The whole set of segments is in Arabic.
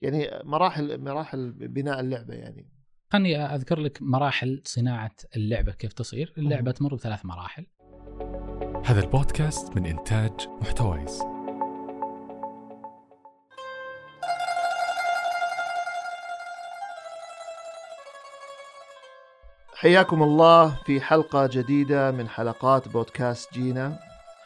يعني مراحل بناء اللعبة. يعني خلني أذكر لك مراحل صناعة اللعبة كيف تصير. اللعبة تمر ب3 مراحل. هذا البودكاست من إنتاج محتويس. حياكم الله في حلقة جديدة من حلقات بودكاست جينا،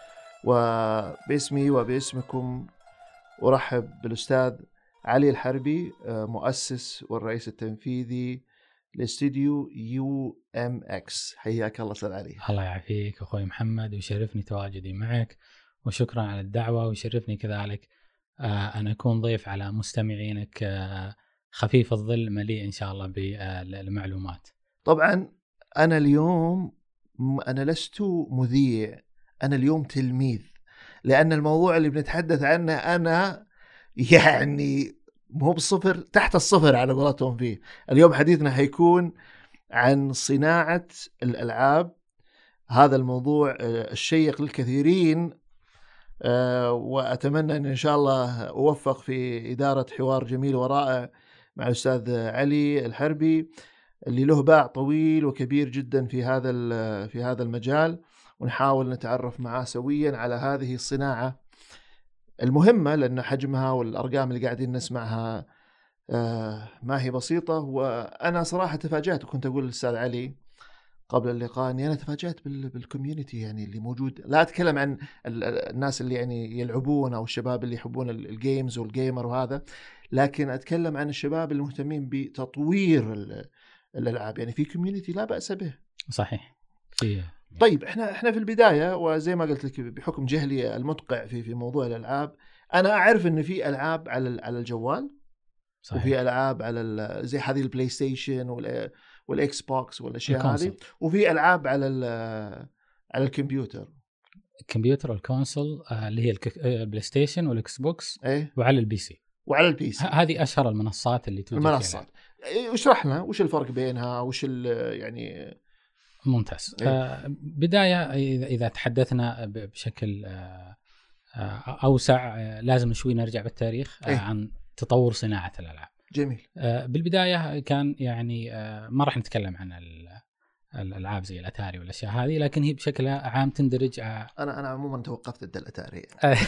وباسمي وباسمكم أرحب بالأستاذ علي الحربي، مؤسس والرئيس التنفيذي لاستديو UMX. حياك الله أستاذ علي. الله يعافيك أخوي محمد، ويشرفني تواجدي معك، وشكرا على الدعوة، ويشرفني كذلك أن أكون ضيف على مستمعينك خفيف الظل مليء إن شاء الله بالمعلومات. طبعا أنا اليوم لست مذيع، أنا اليوم تلميذ، لأن الموضوع اللي بنتحدث عنه أنا يعني مو بالصفر، تحت الصفر على قولتهم فيه. اليوم حديثنا حيكون عن صناعة الألعاب، هذا الموضوع الشيق للكثيرين، وأتمنى أن شاء الله أوفق في إدارة حوار جميل ورائع مع الأستاذ علي الحربي اللي له باع طويل وكبير جدا في هذا المجال، ونحاول نتعرف معاه سويا على هذه الصناعة المهمة، لأن حجمها والأرقام اللي قاعدين نسمعها ما هي بسيطة. وأنا صراحة تفاجأت، وكنت أقول للأستاذ علي قبل اللقاء أني أنا تفاجأت بالكوميونيتي يعني اللي موجود. لا أتكلم عن الناس اللي يعني يلعبون أو الشباب اللي يحبون الجيمز والجيمر وهذا، لكن أتكلم عن الشباب المهتمين بتطوير الألعاب. يعني في كوميونيتي لا بأس به. صحيح. طيب احنا في البداية، وزي ما قلت لك بحكم جهلي المدقع في موضوع الألعاب، أنا أعرف إن في ألعاب على الجوال. صحيح. وفي ألعاب على زي هذه البلاي ستيشن والإكس بوكس والأشياء هذه، وفي ألعاب على الكمبيوتر. الكمبيوتر والكونسول اللي هي البلاي ستيشن والإكس بوكس، وعلى البي سي. هذه أشهر المنصات اللي توجد. المنصات اشرح لنا وش الفرق بينها، وش يعني. ممتاز. بداية إذا تحدثنا بشكل أوسع لازم شوي نرجع بالتاريخ عن تطور صناعة الألعاب. جميل. بالبداية كان يعني ما راح نتكلم عن الألعاب زي الأتاري والأشياء هذه، لكن هي بشكل عام تندرج. أنا عموما توقفت عند الأتاري.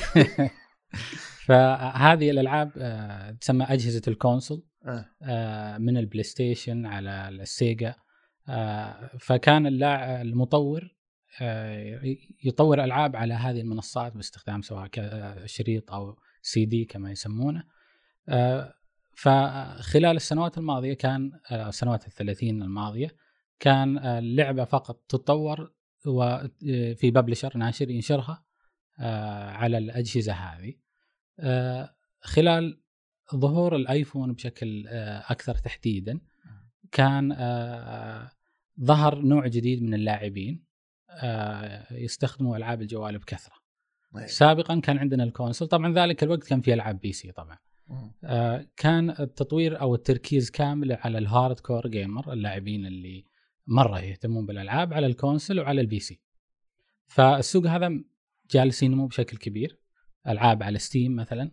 فهذه الألعاب تسمى أجهزة الكونسول، من البلاي ستيشن على السيجا. فكان المطور يطور ألعاب على هذه المنصات باستخدام سواء شريط أو CD كما يسمونه. فخلال السنوات الماضية سنوات 30 الماضية كان اللعبة فقط تطور، وفي ببلشر ناشر ينشرها على الأجهزة هذه. خلال ظهور الآيفون بشكل أكثر تحديدا، كان ظهر نوع جديد من اللاعبين يستخدموا ألعاب الجوال بكثرة. سابقا كان عندنا الكونسول، طبعا ذلك الوقت كان في ألعاب بي سي طبعا. كان التطوير أو التركيز كامل على الهارد كور جيمر، اللاعبين اللي مرة يهتمون بالألعاب على الكونسول وعلى البي سي. فالسوق هذا جالس ينمو بشكل كبير. ألعاب على ستيم مثلا،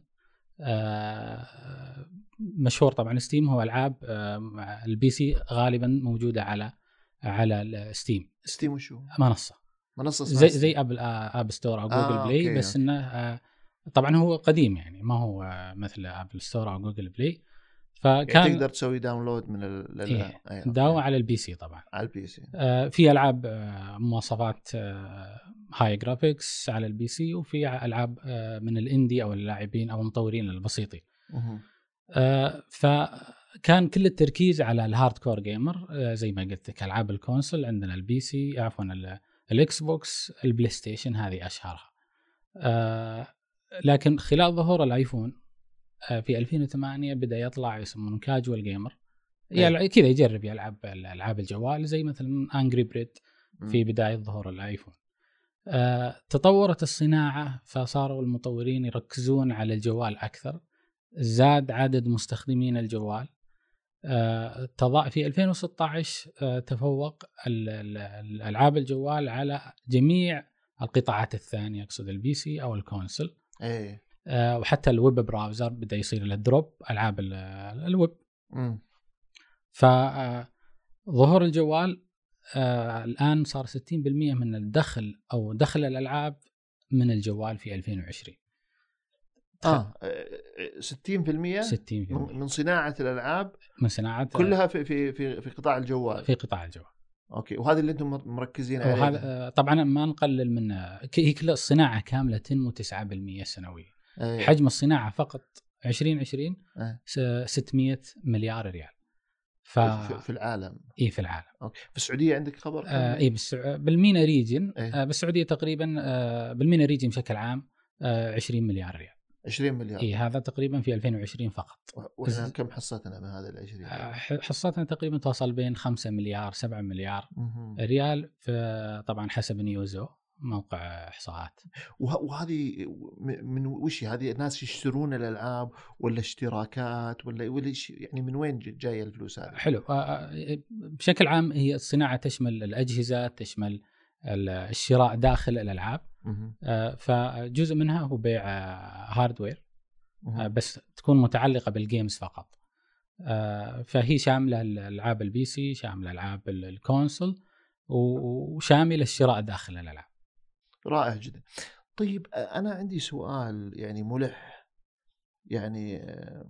مشهور طبعا ستيم هو ألعاب البي سي غالبا موجودة على الستيم. ستيم وشو؟ منصة زي أب ستور أو جوجل بلاي. بس إنه طبعا هو قديم، يعني ما هو مثل أبل ستور أو جوجل بلاي. فكان يعني تقدر تسوي داونلود من داون على البي سي. طبعا على البي سي في ألعاب مواصفات هاي جرافيكس على البي سي، وفي ألعاب من الاندي أو اللاعبين أو المطورين البسيطين. فكان كل التركيز على الهارد كور جيمر، زي ما قلت لك ألعاب الكونسول عندنا البي سي، عفوا الإكس بوكس، البلاي ستيشن، هذه أشهرها. لكن خلال ظهور الآيفون في 2008 بدأ يطلع يسمونه كاجوال جيمر، يعني كذا يجرب يلعب ألعاب الجوال زي مثلا أنجري بريد في بداية ظهور الآيفون. تطورت الصناعة، فصاروا المطورين يركزون على الجوال أكثر، زاد عدد مستخدمين الجوال. في 2016 تفوق الألعاب الجوال على جميع القطاعات الثانية، أقصد البي سي أو الكونسول. وحتى الويب براوزر بدأ يصير له دروب ألعاب الويب. فظهور الجوال الآن صار 60% من الدخل أو دخل الألعاب من الجوال في 2020. 60% من صناعة الألعاب، من صناعة كلها في قطاع الجوال. في قطاع الجوال. اوكي، وهذا اللي انتم مركزين عليه. وهذا طبعا ما نقلل من هي كل الصناعة كاملة تنمو 9% سنويا. حجم الصناعة فقط 2020 600 مليار ريال. في العالم. في العالم. أوكي. في السعودية عندك خبر؟ بالمينا ريجن. بالسعودية تقريبا بالمينا ريجن بشكل عام 20 مليار ريال. 20 مليار. هذا تقريبا في 2020 فقط. وإحنا كم حصتنا من هذا ال20؟ حصتنا تقريبا توصل بين 5 مليار 7 مليار ريال، طبعا حسب نيوزو موقع إحصاءات. وهذه من وش هذه؟ الناس يشترون الألعاب ولا اشتراكات ولا يعني من وين جاية الفلوس هذه؟ حلو. بشكل عام هي الصناعة تشمل الأجهزة، تشمل الشراء داخل الألعاب. فجزء منها هو بيع هاردوير، بس تكون متعلقة بالجيمز فقط. فهي شاملة الألعاب البي سي، شاملة ألعاب الكونسول، وشامل الشراء داخل الألعاب. رائع جدا. طيب أنا عندي سؤال يعني ملح، يعني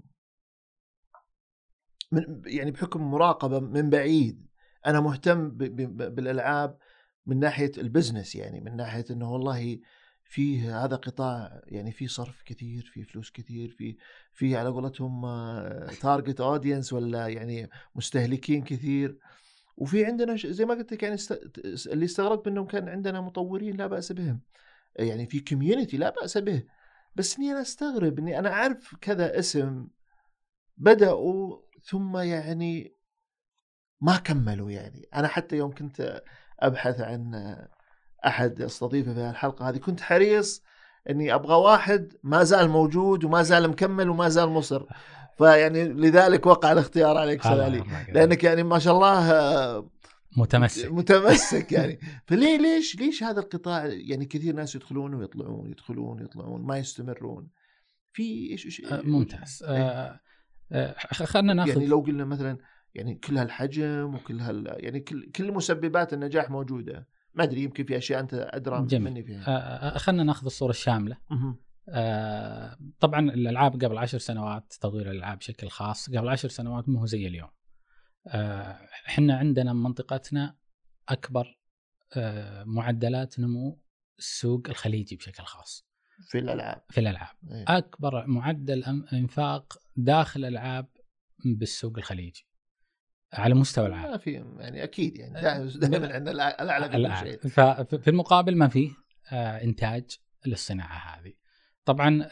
بحكم مراقبة من بعيد، أنا مهتم بالألعاب من ناحية البزنس، يعني من ناحية أنه والله فيه هذا قطاع يعني فيه صرف كثير، فيه فلوس كثير، فيه على قولتهم تارجت أودينس ولا يعني مستهلكين كثير. وفي عندنا زي ما قلت لك يعني اللي استغربت منهم كان عندنا مطورين لا بأس بهم، يعني في كوميونيتي لا بأس به، بس اني انا استغرب اني انا اعرف كذا اسم بدأوا ثم يعني ما كملوا. يعني انا حتى يوم كنت ابحث عن احد استضيفه في الحلقة هذه كنت حريص اني ابغى واحد ما زال موجود وما زال مكمل وما زال مصر، فيعني لذلك وقع الاختيار عليك سؤالي، لانك يعني ما شاء الله متمسك يعني. فليه ليش هذا القطاع يعني كثير ناس يدخلون ويطلعون ما يستمرون في ايش ممتاز. خلينا ناخذ يعني لو قلنا مثلا يعني كل هالحجم وكل يعني كل مسببات النجاح موجودة، ما ادري يمكن في اشياء انت ادرى مني فيها. خلينا ناخذ الصورة الشاملة. طبعا الالعاب قبل 10 سنوات، تطوير الالعاب بشكل خاص قبل 10 سنوات مو زي اليوم. احنا عندنا منطقتنا اكبر معدلات نمو السوق الخليجي بشكل خاص في الالعاب. اكبر معدل انفاق داخل الالعاب بالسوق الخليجي على مستوى العالم. ما في يعني اكيد يعني دائما عندنا الاعلى شيء. ففي المقابل ما في انتاج للصناعه هذه. طبعا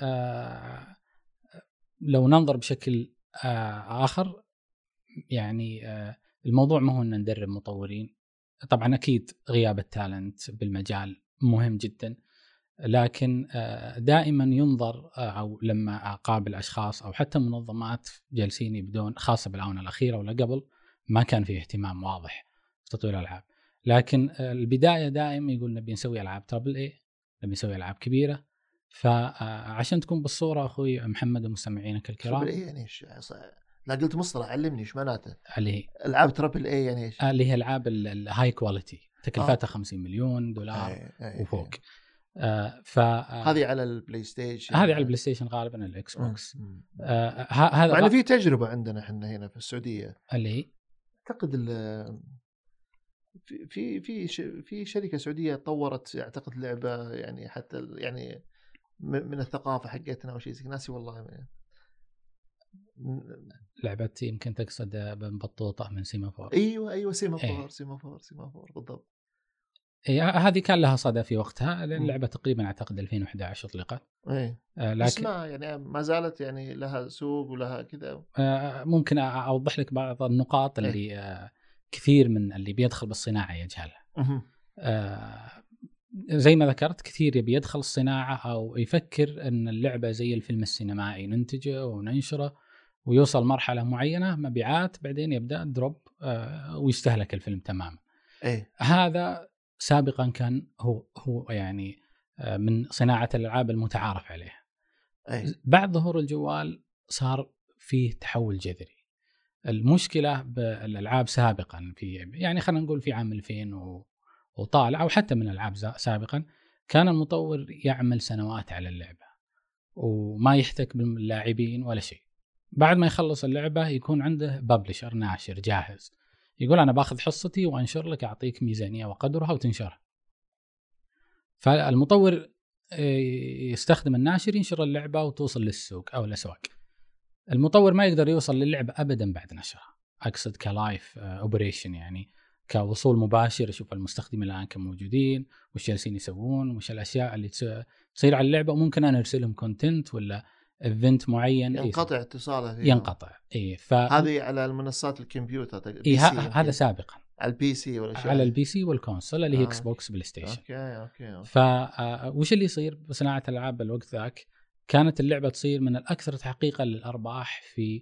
لو ننظر بشكل آخر، يعني الموضوع ما هو أن ندرب مطورين. طبعا أكيد غياب التالنت بالمجال مهم جدا، لكن دائما ينظر أو لما أقابل أشخاص أو حتى منظمات جالسين يبدون، خاصة بالآونة الأخيرة ولا قبل، ما كان فيه اهتمام واضح في تطوير الألعاب. لكن البداية دائما يقول نبي نسوي ألعاب ترابل اي، نبي نسوي ألعاب كبيرة. فعشان تكون بالصورة أخوي محمد ومستمعينك الكرام، ترابل اي يعني ايش؟ لا قلت مصطلح علمني ايش معناته. اللي هي العاب ترابل اي يعني ايش؟ اللي هي العاب الهاي كواليتي تكلفتها 50 مليون دولار وفوق. هذه على البلاي ستيشن، هذه على البلاي ستيشن غالبا الاكس بوكس. هذا معنى في تجربة عندنا احنا هنا في السعودية، اللي هي اعتقد في شركة سعودية طورت اعتقد لعبة يعني حتى يعني من الثقافة حقتنا او شيء زي ناسي والله. لعبة يمكن تقصد بن بطوطة من سيمافور. ايوه سيمافور بالضبط. هذه كان لها صدى في وقتها. اللعبة تقريبا اعتقد 2011 اطلقت. لكن يعني ما زالت يعني لها سوق ولها كذا. ممكن اوضح لك بعض النقاط اللي كثير من اللي بيدخل بالصناعة يجهلها. زي ما ذكرت، كثير يبي يدخل الصناعة أو يفكر أن اللعبة زي الفيلم السينمائي، ننتجه وننشره ويوصل مرحلة معينة مبيعات، بعدين يبدأ دروب ويستهلك الفيلم تماما. هذا سابقا كان هو يعني من صناعة الألعاب المتعارف عليها. بعد ظهور الجوال صار فيه تحول جذري. المشكلة بالألعاب سابقا يعني خلينا نقول في عام 2000 وطالع أو حتى من الألعاب سابقا، كان المطور يعمل سنوات على اللعبة وما يحتك باللاعبين ولا شيء. بعد ما يخلص اللعبة يكون عنده ببلشر ناشر جاهز، يقول أنا باخذ حصتي وأنشر لك، أعطيك ميزانية وقدرها وتنشرها. فالمطور يستخدم الناشر ينشر اللعبة وتوصل للسوق أو الأسواق. المطور ما يقدر يوصل للعبة أبدا بعد نشرها، أقصد كلايف أوبريشن، يعني كوصول مباشر، يشوف المستخدمين الآن كم موجودين وش جالسين يسوون وش الأشياء اللي تصير على اللعبة، وممكن أنا أرسلهم كونتنت ولا إيفنت معين ينقطع اتصاله فيها. ينقطع. هذه على المنصات الكمبيوتر. هذا سابقا على البي سي ولا شيء، على البي سي والكونسول اللي هي اكس بوكس بلاي ستيشن. اوكي. فوش اللي يصير بصناعة الألعاب بالوقت ذاك؟ كانت اللعبة تصير من الأكثر تحقيقا للأرباح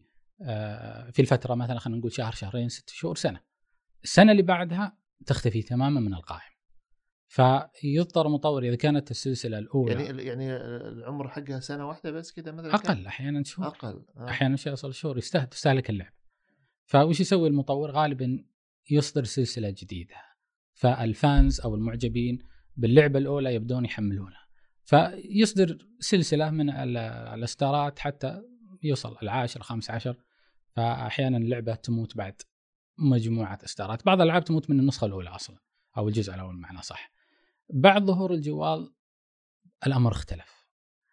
في الفترة مثلا خلينا نقول شهر شهرين 6 شهور سنة. السنة اللي بعدها تختفي تماما من القائمة. فيضطر مطور إذا كانت السلسلة الأولى يعني العمر حقها سنة واحدة بس كذا مثلا، أقل أحيانا شهور، أقل أحيانا يصل شهور تستهلك اللعبة. فوش يسوي المطور؟ غالبا يصدر سلسلة جديدة، فالفانز أو المعجبين باللعبة الأولى يبدون يحملونها، فيصدر سلسلة من الأستارات حتى يوصل 10 15. فأحيانا اللعبة تموت بعد مجموعة أستارات. بعض الألعاب تموت من النسخة الأولى أصلا أو الجزء الأول معنا صح. بعد ظهور الجوال الأمر اختلف.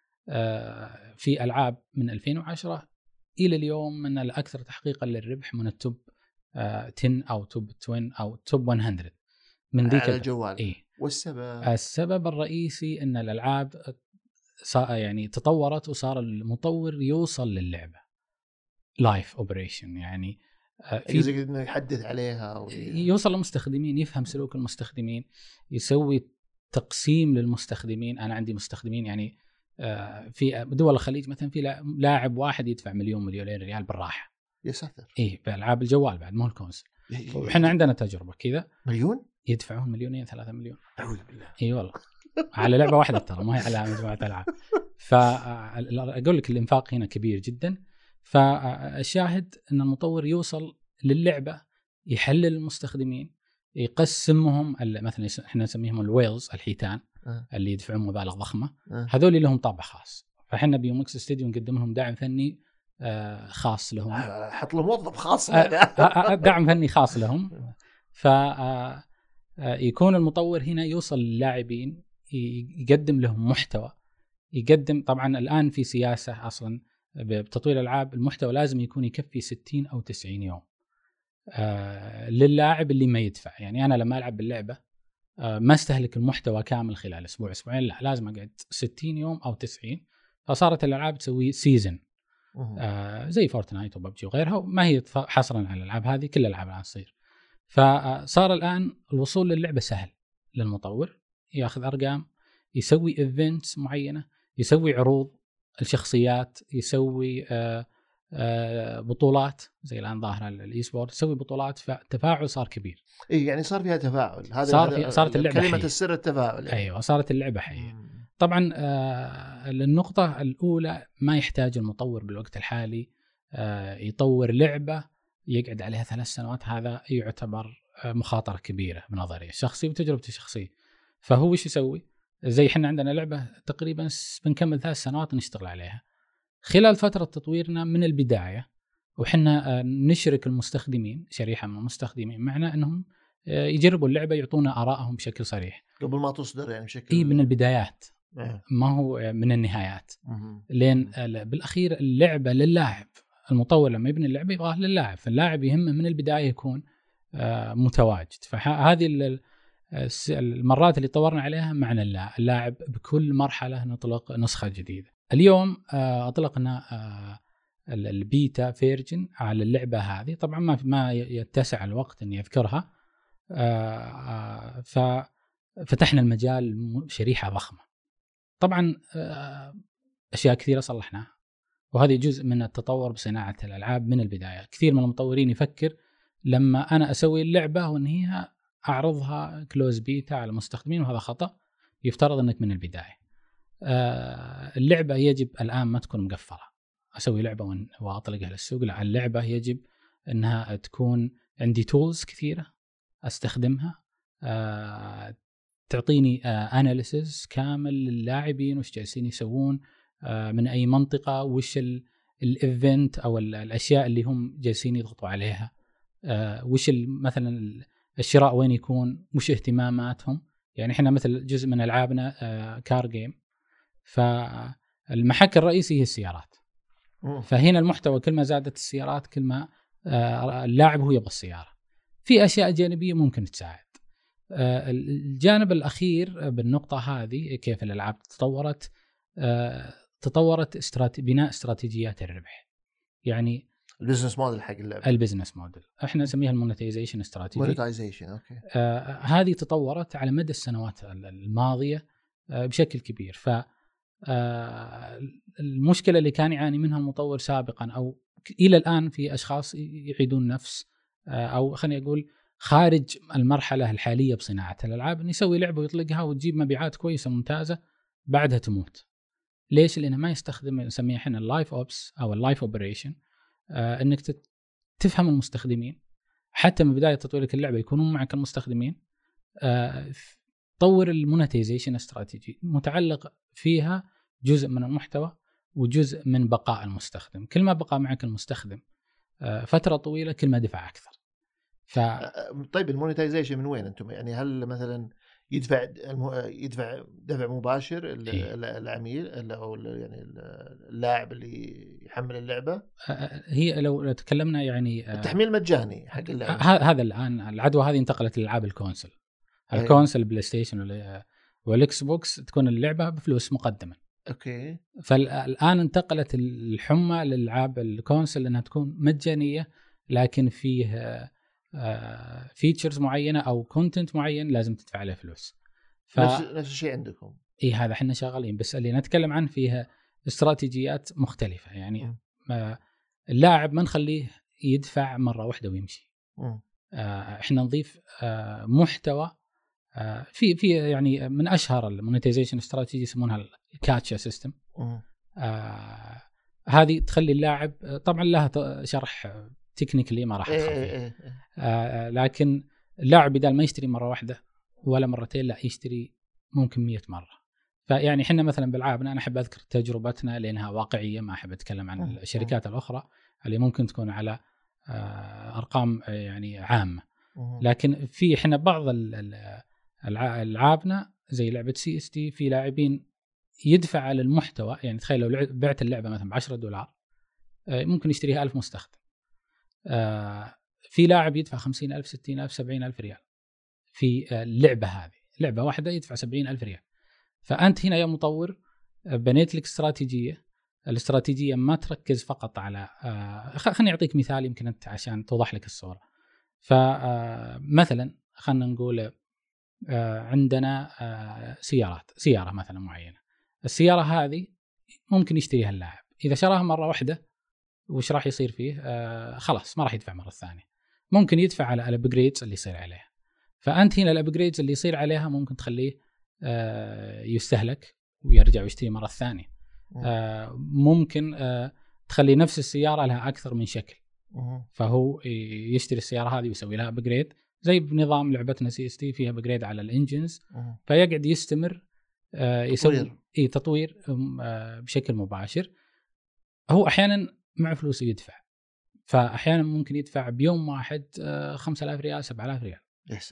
في ألعاب من 2010 إلى اليوم من الأكثر تحقيقا للربح من التوب 10 أو توب 20 أو توب 100 من ذيك على الجوال. والسبب؟ السبب الرئيسي أن الألعاب يعني تطورت وصار المطور يوصل للعبة لايف اوبريشن، يعني في انه يحدث عليها يوصل للمستخدمين، يفهم سلوك المستخدمين، يسوي تقسيم للمستخدمين. انا عندي مستخدمين يعني في دول الخليج مثلا في لاعب واحد يدفع مليون مليونين ريال بالراحه. يا ساتر. بألعاب الجوال بعد مو الكونسول. وإحنا عندنا تجربة كذا. مليون؟ يدفعون 2 3 مليون. أعوذ بالله. والله على لعبة واحدة ترى، ما هي على مجموعة ألعاب. فأقول لك الإنفاق هنا كبير جدا. فالشاهد أن المطور يوصل للعبة، يحلل المستخدمين، يقسمهم مثلا احنا نسميهم الويلز، الحيتان اللي يدفعون مبالغ ضخمة، هذول لهم طابع خاص. فإحنا بيومكس استوديو نقدم لهم دعم فني خاص لهم، حط له موظف خاص دعم فني خاص لهم. فيكون المطور هنا يوصل للاعبين، يقدم لهم محتوى، يقدم طبعا الآن في سياسة أصلا بتطوير الألعاب، المحتوى لازم يكون يكفي 60 أو 90 يوم للاعب اللي ما يدفع. يعني أنا لما ألعب باللعبة ما استهلك المحتوى كامل خلال أسبوع أسبوعين، لا لازم أقعد 60 يوم أو 90. فصارت الألعاب تسوي سيزن زي فورتنايت وببجي وغيرها، ما هي حصرا على الألعاب هذه، كل الألعاب الآن تصير. فصار الآن الوصول للعبة سهل للمطور، يأخذ أرقام، يسوي إيفنتس معينة، يسوي عروض الشخصيات، يسوي بطولات زي الآن ظاهرة الإي سبورت، يسوي بطولات. فالتفاعل صار كبير. يعني صار فيها تفاعل. صارت اللعبة كلمة حية. السر التفاعل. يعني. أيوة صارت اللعبة حية. طبعا النقطة الأولى، ما يحتاج المطور بالوقت الحالي يطور لعبة يقعد عليها 3 سنوات. هذا يعتبر مخاطرة كبيرة بنظري الشخصي وتجربتي الشخصية. فهو وش يسوي؟ زي حنا عندنا لعبة تقريبا بنكمل 3 سنوات نشتغل عليها. خلال فترة تطويرنا من البداية وحنا نشرك المستخدمين، شريحة من المستخدمين معنا، أنهم يجربوا اللعبة، يعطونا آرائهم بشكل صريح قبل ما تصدر، يعني بشكل من البدايات، ما هو من النهايات. لأن بالأخير اللعبة للاعب، المطور لما يبني اللعبة يبغاه للاعب، فاللاعب يهمه من البداية يكون متواجد. فهذه المرات اللي طورنا عليها معنا اللاعب، بكل مرحلة نطلق نسخة جديدة. اليوم أطلقنا البيتا فيرجن على اللعبة هذه، طبعا ما يتسع الوقت أن يذكرها. ففتحنا المجال شريحة ضخمة. طبعا أشياء كثيرة صلحناها، وهذه جزء من التطور بصناعة الألعاب من البداية. كثير من المطورين يفكر لما أنا أسوي اللعبة وأنهيها أعرضها كلوز بيتا على المستخدمين، وهذا خطأ. يفترض أنك من البداية اللعبة يجب الآن ما تكون مقفلة أسوي لعبة وأطلقها للسوق، لا، اللعبة يجب أنها تكون عندي تولز كثيرة أستخدمها تعطيني أناليسيس كامل للاعبين وش جالسين يسوون من أي منطقة، وش الإيفنت أو الأشياء اللي هم جالسين يضغطوا عليها، وش مثلا الشراء وين يكون، وش اهتماماتهم. يعني إحنا مثل جزء من ألعابنا كار جيم، فالمحك الرئيسي هي السيارات. فهنا المحتوى كل ما زادت السيارات كل ما اللاعب هو يبغى السيارة. في أشياء جانبية ممكن تساعد. الجانب الأخير بالنقطة هذه كيف الألعاب تطورت بناء استراتيجيات الربح. يعني البزنس موديل حق اللعبة، البزنس موديل احنا نسميها المونيتايزيشن استراتيجي. مونيتايزيشن اوكي. هذه تطورت على مدى السنوات الماضية بشكل كبير. ف المشكلة اللي كان يعاني منها المطور سابقا أو إلى الآن في أشخاص يعيدون نفس أو خليني أقول خارج المرحلة الحالية بصناعة الألعاب، أن يسوي لعبة ويطلقها وتجيب مبيعات كويسة ممتازة بعدها تموت. ليش؟ لأنه ما يستخدم نسميه إحنا اللايف أوبس أو اللايف أوبريشن، أنك تفهم المستخدمين حتى من بداية تطويرك اللعبة يكونون معك المستخدمين. طور المونيتايزيشن استراتيجي متعلق فيها جزء من المحتوى وجزء من بقاء المستخدم. كل ما بقى معك المستخدم فترة طويلة كل ما دفع أكثر. طيب المونيتايزيشن من وين أنتم؟ يعني هل مثلا يدفع دفع مباشر العميل أو يعني اللاعب اللي يحمل اللعبة؟ هي لو تكلمنا يعني التحميل مجاني حق اللعبة. هذا الآن العدوى هذه انتقلت للألعاب الكونسل. الكونسل بلاي ستيشن والاكس بوكس تكون اللعبة بفلوس مقدما. اوكي. فالآن انتقلت الحمى للألعاب الكونسل انها تكون مجانية، لكن فيه فيتشرز معينة او كونتنت معين لازم تدفع عليه فلوس. نفس الشيء عندكم؟ هذا احنا شغالين، بس اللي نتكلم عنه فيها استراتيجيات مختلفة. يعني اللاعب ما نخليه يدفع مرة واحدة ويمشي. احنا نضيف محتوى في يعني من اشهر المونيتايزيشن استراتيجي يسمونها الكاتشا سيستم. هذه تخلي اللاعب، طبعا لها شرح تكنيكلي ما راح ادخل فيه، لكن اللاعب بدال ما يشتري مره واحده ولا مرتين، لا يشتري ممكن 100 مره. فيعني احنا مثلا بالعابنا، انا احب اذكر تجربتنا لانها واقعيه، ما احب اتكلم عن الشركات الاخرى اللي ممكن تكون على ارقام يعني عامه. لكن في احنا بعض العابنا زي لعبه CST في لاعبين يدفع على المحتوى. يعني تخيل لو بعت اللعبه مثلا $10 ممكن يشتريها 1000 مستخدم. في لاعب يدفع 50,000 60,000 70,000 ريال في اللعبه هذه، لعبه واحده يدفع 70,000 ريال. فانت هنا يا مطور بنيت لك استراتيجيه. الاستراتيجيه ما تركز فقط على خليني اعطيك مثال يمكن انت عشان توضح لك الصوره. فمثلا خلينا نقول عندنا سيارة مثلا معينة. السيارة هذه ممكن يشتريها اللاعب، إذا شراها مرة واحدة وش راح يصير فيه؟ خلاص ما راح يدفع مرة ثانية. ممكن يدفع على الابجريدز اللي يصير عليها. فأنت هنا الابجريدز اللي يصير عليها ممكن تخليه يستهلك ويرجع ويشتري مرة ثانية. ممكن تخلي نفس السيارة لها أكثر من شكل، فهو يشتري السيارة هذه ويسوي لها ابجريد، زي بنظام لعبتنا CST فيها ابجريد على الانجنز. فيقعد يستمر يسوي تطوير بشكل مباشر. هو احيانا مع فلوس يدفع، فاحيانا ممكن يدفع بيوم واحد 5,000 ريال 7,000 ريال.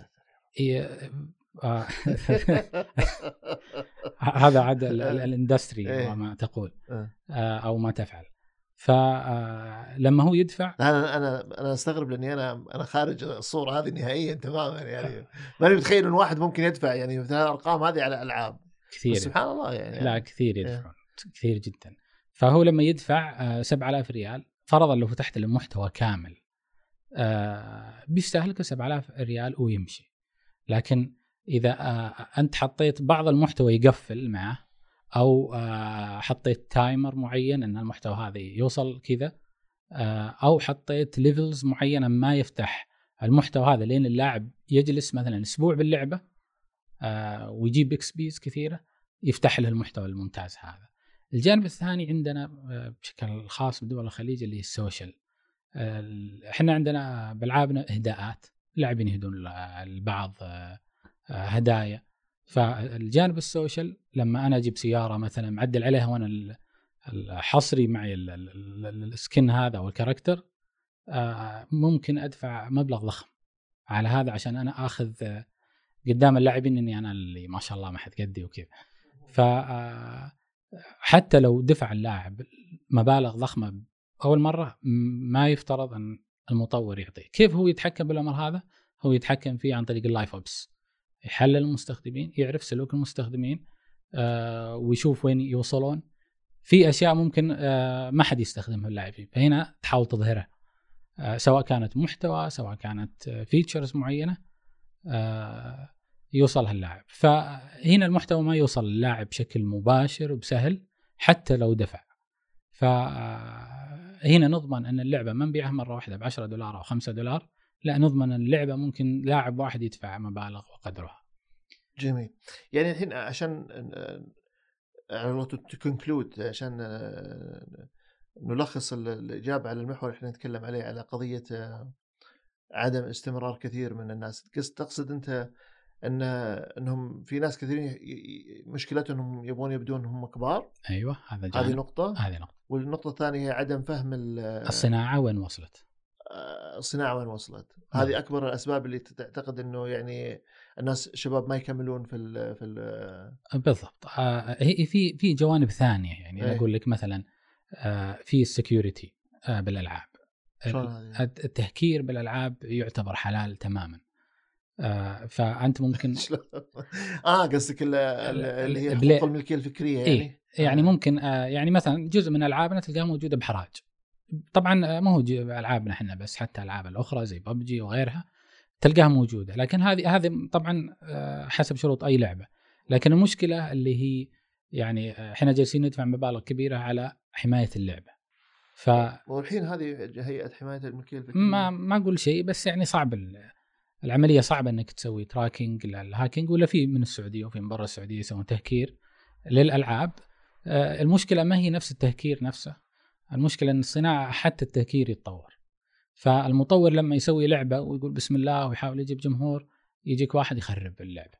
هذا عاد الاندستري وما تقول او ما تفعل. فلما هو يدفع، انا استغرب لاني انا خارج الصوره هذه نهائيا تماما. يعني ماني متخيل ان واحد ممكن يدفع يعني مثل الارقام هذه على العاب كثير. سبحان الله يعني. لا كثير يدفعون كثير جدا. فهو لما يدفع 7,000 ريال فرضا لو فتحت المحتوى كامل بيستهلك 7,000 ريال ويمشي. لكن اذا انت حطيت بعض المحتوى يقفل معه او حطيت تايمر معين ان المحتوى هذا يوصل كذا، او حطيت ليفلز معينه ما يفتح المحتوى هذا لين اللاعب يجلس مثلا اسبوع باللعبه ويجيب اكس بيز كثيره، يفتح له المحتوى الممتاز هذا. الجانب الثاني عندنا بشكل خاص بدول الخليج اللي هي السوشيال. احنا عندنا بالعابنا اهداءات، اللاعبين يهدون البعض هدايا. فالجانب السوشيال لما انا اجيب سياره مثلا معدل عليها وانا الحصري معي السكن هذا او الكاركتر، ممكن ادفع مبلغ ضخم على هذا عشان انا اخذ قدام اللاعبين اني انا اللي ما شاء الله ما حد قدي وكذا. فحتى لو دفع اللاعب مبالغ ضخمه اول مره، ما يفترض ان المطور يعطيه. كيف هو يتحكم بالامر هذا؟ هو يتحكم فيه عن طريق اللايف اوبس، يحلل المستخدمين، يعرف سلوك المستخدمين، ويشوف وين يوصلون. في اشياء ممكن ما حد يستخدمها اللاعبين، فهنا تحاول تظهرها، سواء كانت محتوى سواء كانت فيتشرز معينه يوصلها اللاعب. فهنا المحتوى ما يوصل للاعب بشكل مباشر وبسهل حتى لو دفع. فهنا نضمن ان اللعبه ما نبيعها مره واحده $10 أو $5، لا، نضمن اللعبه ممكن لاعب واحد يدفع مبالغ وقدرها. جميل. يعني الحين عشان to conclude، عشان نلخص الإجابة على المحور اللي احنا نتكلم عليه، على قضية عدم استمرار كثير من الناس. تقصد أنت أنهم في ناس كثيرين مشكلتهم يبغون يبدون هم كبار؟ أيوة، هذا جانب. هذه نقطة. والنقطة الثانية هي عدم فهم الصناعة وين وصلت. الصناعة وين وصلت. هذه أكبر الأسباب اللي تعتقد أنه يعني الناس شباب ما يكملون في بالضبط. هي في جوانب ثانية، يعني أنا أقول لك مثلا في السكيورتي بالألعاب. التهكير بالألعاب يعتبر حلال تماما. فأنت ممكن قصدك اللي هي حقوق الملكية الفكرية يعني. يعني ممكن يعني مثلا جزء من ألعابنا تلقاها موجودة بحراج. طبعا ما هو ألعابنا احنا بس، حتى ألعاب الأخرى زي ببجي وغيرها تلقاها موجودة، لكن هذه طبعا حسب شروط أي لعبة. لكن المشكلة اللي هي يعني احنا جالسين ندفع مبالغ كبيرة على حماية اللعبة. والحين هذه هيئة حماية الملكية الفكرية ما أقول شيء، بس يعني صعب العملية، صعبة انك تسوي تراكينج للهاكينج، ولا في من السعودية وفي من برا السعودية يسوون تهكير للألعاب. المشكلة ما هي نفس التهكير نفسه، المشكلة ان الصناعة حتى التهكير يتطور. فالمطور لما يسوي لعبة ويقول بسم الله ويحاول يجيب جمهور، يجيك واحد يخرب اللعبة.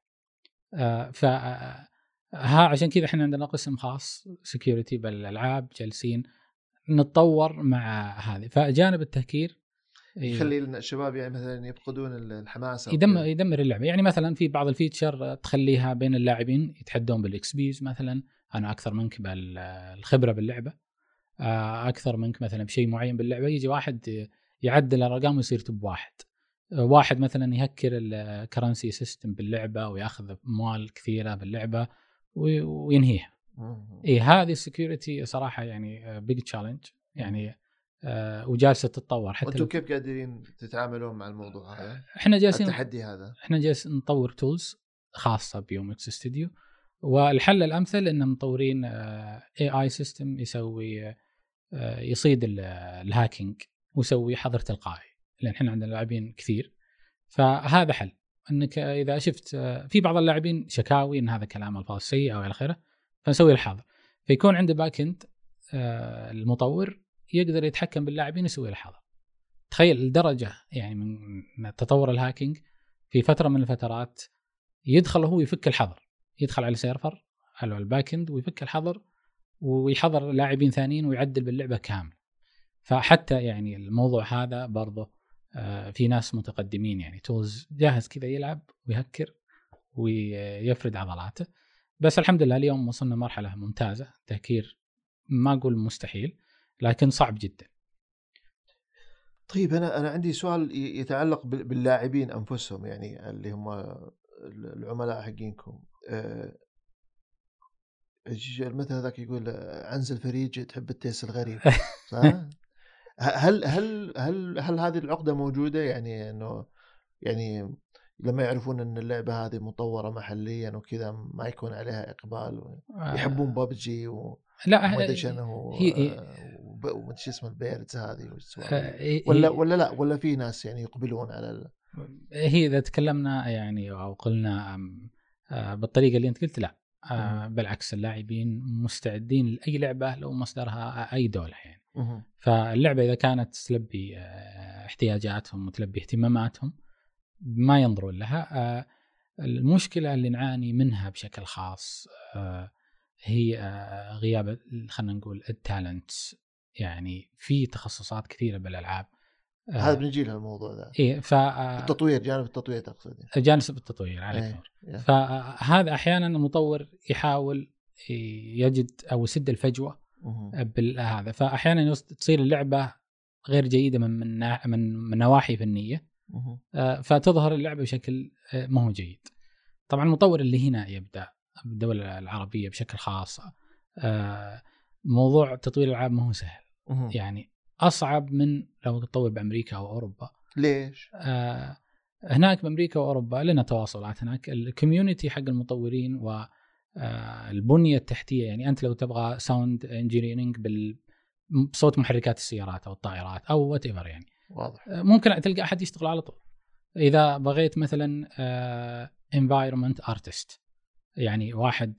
عشان كذا احنا عندنا قسم خاص سكيورتي بالألعاب، جالسين نتطور مع هذه. فجانب التهكير يخلي الشباب يعني مثلا يفقدون الحماسة، يدمر اللعبة. يعني مثلا في بعض الفيتشر تخليها بين اللاعبين يتحدون بالاكس بيز مثلا، انا اكثر منك بالخبرة باللعبة، اكثر منك مثلا بشيء معين باللعبة، يجي واحد يعدل الارقام ويصير توب واحد مثلا يهكر الكرنسي سيستم باللعبة وياخذ اموال كثيرة باللعبة وينهيها. هذه السكيورتي صراحة يعني بيج تشالنج يعني، وجالسة تتطور. حتى وانتم كيف قادرين تتعاملون مع الموضوع هذا؟ احنا جالسين التحدي هذا، احنا جالسين نطور تولز خاصة بيومكس ستوديو، والحل الامثل ان مطورين AI سيستم يسوي يصيد الهاكينج ويسوي حظر تلقائي، لان احنا عندنا لاعبين كثير. فهذا حل، انك اذا شفت في بعض اللاعبين شكاوي ان هذا كلام الفاظ سيء او الى اخره، فنسوي الحظر، فيكون عنده باك اند المطور يقدر يتحكم باللاعبين يسوي الحظر. تخيل الدرجة يعني من تطور الهاكينج، في فترة من الفترات يدخل هو يفك الحظر، يدخل على سيرفر على الباك اند ويفك الحظر ويحظر لاعبين ثانيين ويعدل باللعبة كامل. فحتى يعني الموضوع هذا برضه في ناس متقدمين، يعني تولز جاهز كذا يلعب ويهكر ويفرد عضلاته. بس الحمد لله اليوم وصلنا مرحلة ممتازة. تهكير ما أقول مستحيل، لكن صعب جدا. طيب أنا عندي سؤال يتعلق باللاعبين أنفسهم، يعني اللي هم العملاء حقينكم. المثل ذاك يقول عنز الفريج تحب التيس الغريب، صح؟ هل هذه العقدة موجودة؟ يعني إنه يعني لما يعرفون أن اللعبة هذه مطورة محليا وكذا ما يكون عليها إقبال، يحبون بابجي لا ما ادري شنو وما ادري اسمه البيردز هذه ولا لا، ولا في ناس يعني يقبلون على هي اذا تكلمنا يعني او قلنا بالطريقه اللي انت قلت، لا بالعكس اللاعبين مستعدين لأي لعبة لو مصدرها أي دولة يعني. فاللعبة إذا كانت تلبي احتياجاتهم وتلبي اهتماماتهم ما ينظرون لها. المشكلة اللي نعاني منها بشكل خاص هي غياب خلنا نقول التالنت. يعني في تخصصات كثيرة بالألعاب هذا بنجي لها الموضوع ذا. إيه التطوير، جانب التطوير تقصد؟ جانب التطوير عليك نور. فهذا أحيانا المطور يحاول يجد أو يسد الفجوة بالهذا، فأحيانا تصير اللعبة غير جيدة من نواحي فنية، فتظهر اللعبة بشكل ما هو جيد. طبعا المطور اللي هنا يبدأ بالدولة العربية بشكل خاص، موضوع تطوير الألعاب ما هو سهل. يعني أصعب من لو تطور بأمريكا أو أوروبا. ليش؟ هناك بأمريكا وأوروبا لنا تواصلات، هناك الكوميونتي حق المطورين والبنية التحتية. يعني أنت لو تبغى ساوند انجينيرينج بصوت محركات السيارات أو الطائرات أو whatever يعني واضح، ممكن تلقى أحد يشتغل على طول. إذا بغيت مثلا environment artist، يعني واحد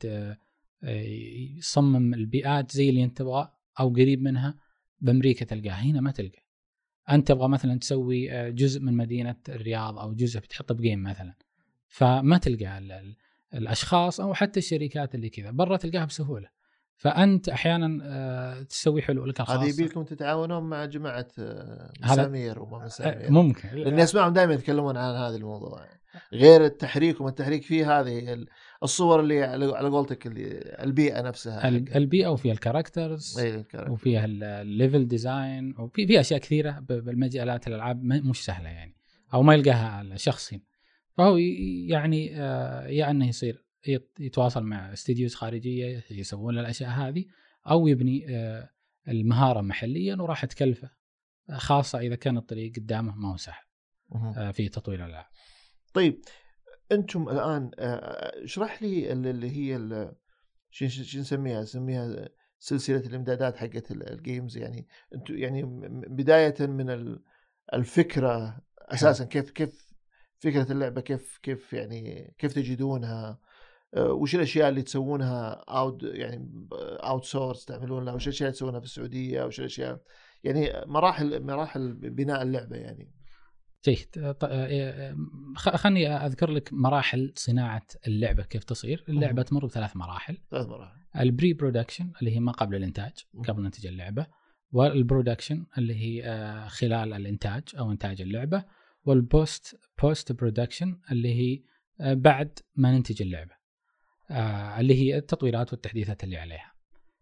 يصمم البيئات زي اللي أنت تبغى أو قريب منها، بأمريكا تلقاه، هنا ما تلقى. أنت تبغى مثلا تسوي جزء من مدينة الرياض أو جزء بتحطه بجيم مثلا، فما تلقى الأشخاص أو حتى الشركات اللي كذا. برا تلقاها بسهولة. فأنت أحيانا تسوي حلول لك الخاصة. هذه يبيلكم تتعاونون مع جماعة مسامير وما مسامير؟ ممكن، لأني أسمعهم دائما يتكلمون عن هذا الموضوع، غير التحريك وما التحريك فيه هذه الصور اللي على قولتك البيئة نفسها، البيئة وفيها الكاركترز وفيها الليفل ديزاين وفي أشياء كثيرة بالمجالات الألعاب مش سهلة يعني، أو ما يلقاها الشخص هنا. فهو يعني أنه يصير يتواصل مع استديوز خارجية يسوون الأشياء هذه، أو يبني المهارة محليا وراح تكلفه، خاصة إذا كان الطريق قدامه ما هو سهل في تطوير الألعاب. طيب أنتم الآن اشرح لي اللي هي شو نسميها سلسلة الإمدادات حقت الجيمز. يعني أنتم يعني بداية من الفكرة أساسا، كيف فكرة اللعبة، كيف يعني كيف تجدونها، وش الأشياء اللي تسوونها اوت سورس تعملونها، وش الأشياء اللي تسوونها في السعودية، وش الأشياء يعني مراحل بناء اللعبة يعني. جيد. خلني أذكر لك مراحل صناعة اللعبة كيف تصير. اللعبة تمر بثلاث مراحل. البري برودكشن اللي هي ما قبل الإنتاج، قبل ننتج اللعبة، والبرودكشن اللي هي خلال الإنتاج أو إنتاج اللعبة، والبوست برودكشن اللي هي بعد ما ننتج اللعبة، اللي هي التطويرات والتحديثات اللي عليها.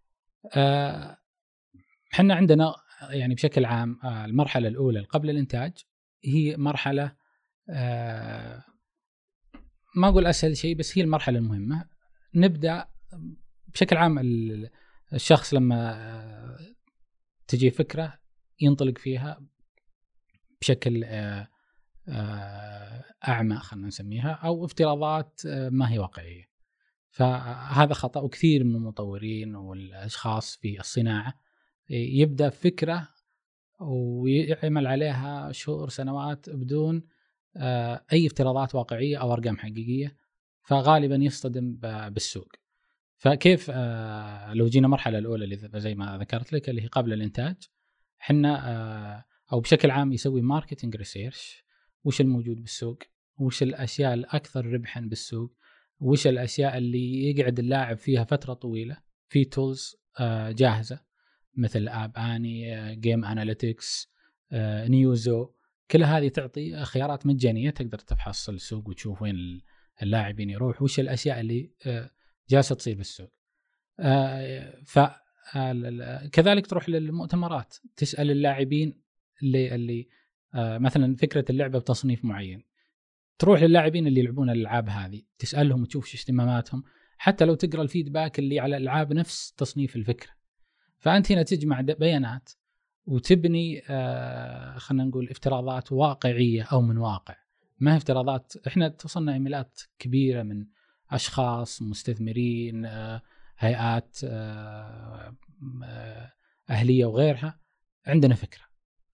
حنا عندنا يعني بشكل عام المرحلة الأولى قبل الإنتاج هي مرحلة ما أقول أسهل شيء، بس هي المرحلة المهمة. نبدأ بشكل عام الشخص لما تجي فكرة ينطلق فيها بشكل أعمى، خلنا نسميها، أو افتراضات ما هي واقعية. فهذا خطأ، وكثير من المطورين والأشخاص في الصناعة يبدأ فكرة ويعمل عليها شهور سنوات بدون أي افتراضات واقعية أو أرقام حقيقية، فغالبا يصطدم بالسوق. فكيف لو جينا مرحلة الأولى اللي زي ما ذكرت لك اللي هي قبل الإنتاج، حنا أو بشكل عام يسوي ماركتينج ريسيرش، وش الموجود بالسوق، وش الأشياء الأكثر ربحا بالسوق، وش الأشياء اللي يقعد اللاعب فيها فترة طويلة. في تولز جاهزة مثل آب آني، جيم أناليتكس، نيوزو، كل هذه تعطي خيارات مجانية تقدر تفحص السوق وتشوف وين اللاعبين يروح، وش الأشياء اللي جالسة تصير بالسوق. كذلك تروح للمؤتمرات تسأل اللاعبين اللي مثلا فكرة اللعبة بتصنيف معين، تروح للاعبين اللي يلعبون الألعاب هذه تسألهم وتشوف شو اهتماماتهم، حتى لو تقرأ الفيدباك اللي على الألعاب نفس تصنيف الفكرة. فأنت هنا تجمع بيانات وتبني خلنا نقول افتراضات واقعية أو من واقع، ما هي افتراضات. احنا توصلنا إيميلات كبيرة من أشخاص مستثمرين، هيئات أهلية وغيرها، عندنا فكرة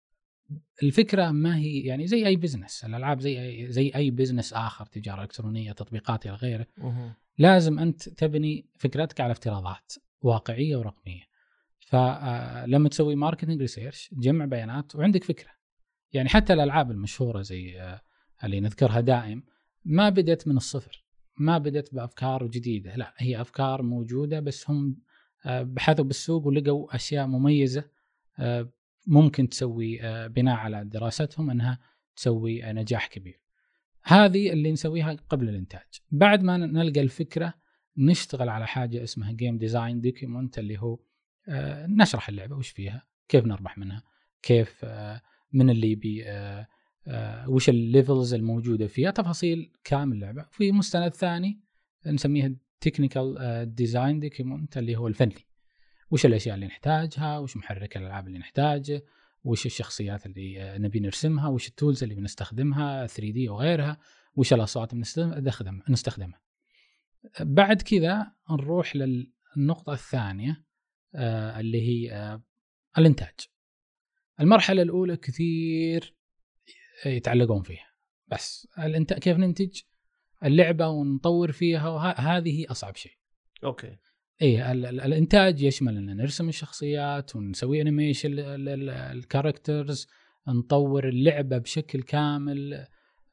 الفكره ما هي يعني زي اي بزنس، الالعاب زي اي بزنس اخر، تجاره الكترونيه، تطبيقات الى غيره. لازم انت تبني فكرتك على افتراضات واقعيه ورقميه. فلما تسوي ماركتنج ريسيرش، تجمع بيانات وعندك فكره. يعني حتى الالعاب المشهوره زي اللي نذكرها دائم ما بدت من الصفر، ما بدت بافكار جديده، لا هي افكار موجوده، بس هم بحثوا بالسوق ولقوا اشياء مميزه ممكن تسوي بناء على دراستهم انها تسوي نجاح كبير. هذه اللي نسويها قبل الانتاج. بعد ما نلقى الفكره نشتغل على حاجه اسمها جيم ديزاين دوكيومنت، اللي هو نشرح اللعبه وش فيها، كيف نربح منها، كيف من اللي يبي وش الليفلز الموجوده فيها، تفاصيل كامل اللعبه. في مستند ثاني نسميه تكنيكال ديزاين دوكيومنت اللي هو الفني، وش الاشياء اللي نحتاجها، وش محرك الالعاب اللي نحتاجه، وش الشخصيات اللي نبي نرسمها، وش التولز اللي بنستخدمها 3D وغيرها، وش الاصوات اللي نستخدمها. بعد كذا نروح للنقطه الثانيه اللي هي الانتاج. المرحله الاولى كثير يتعلقون فيها، بس كيف ننتج اللعبه ونطور فيها، وهذه اصعب شيء. اوكي. ايه الانتاج يشمل ان نرسم الشخصيات ونسوي انيميشن الكاركترز، نطور اللعبه بشكل كامل،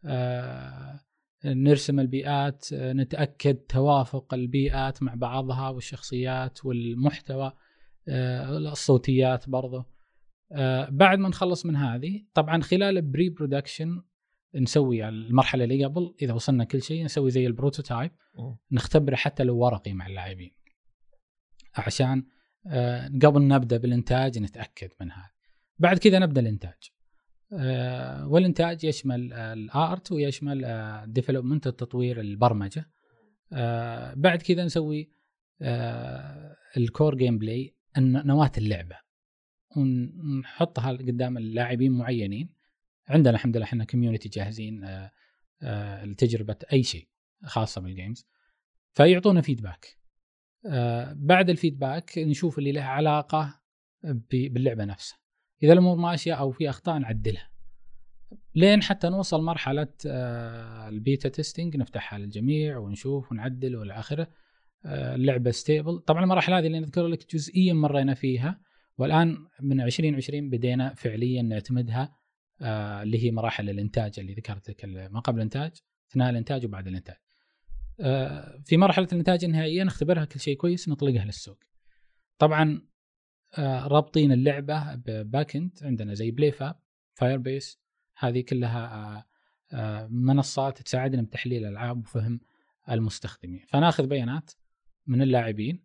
نرسم البيئات، نتاكد توافق البيئات مع بعضها والشخصيات والمحتوى، الصوتيات برضه. بعد ما نخلص من هذه، طبعا خلال البري برودكشن نسوي المرحله اللي قبل، اذا وصلنا كل شيء نسوي زي البروتوتايب، نختبره حتى لو ورقي مع اللاعبين، عشان قبل نبدأ بالإنتاج نتأكد من هذا. بعد كذا نبدأ الإنتاج، والإنتاج يشمل الآرت ويشمل ديفلوبمنت، التطوير، البرمجة. بعد كذا نسوي الكور جيم بلاي، نواة اللعبة، ونحطها قدام اللاعبين معينين. عندنا الحمد لله احنا كوميونتي جاهزين لتجربة أي شيء خاصة بالجيمز، فيعطونا فيدباك. بعد الفيدباك نشوف اللي له علاقة باللعبة نفسها، إذا الأمور ماشية أو في أخطاء نعدلها، لين حتى نوصل مرحلة البيتا تيستينج، نفتحها للجميع ونشوف ونعدل والآخرة. اللعبة ستيبل. طبعا المراحل هذه اللي نذكر لك جزئيا مرينا فيها، والآن من 2020 بدينا فعليا نعتمدها، اللي هي مراحل الإنتاج اللي ذكرتك، ما قبل الإنتاج، أثناء الإنتاج وبعد الإنتاج. في مرحلة الإنتاج النهائية نختبرها كل شيء كويس، نطلقها للسوق. طبعا رابطين اللعبة بباكند عندنا زي بلايفاب، فايربيس، هذه كلها منصات تساعدنا بتحليل الألعاب وفهم المستخدمين. فناخذ بيانات من اللاعبين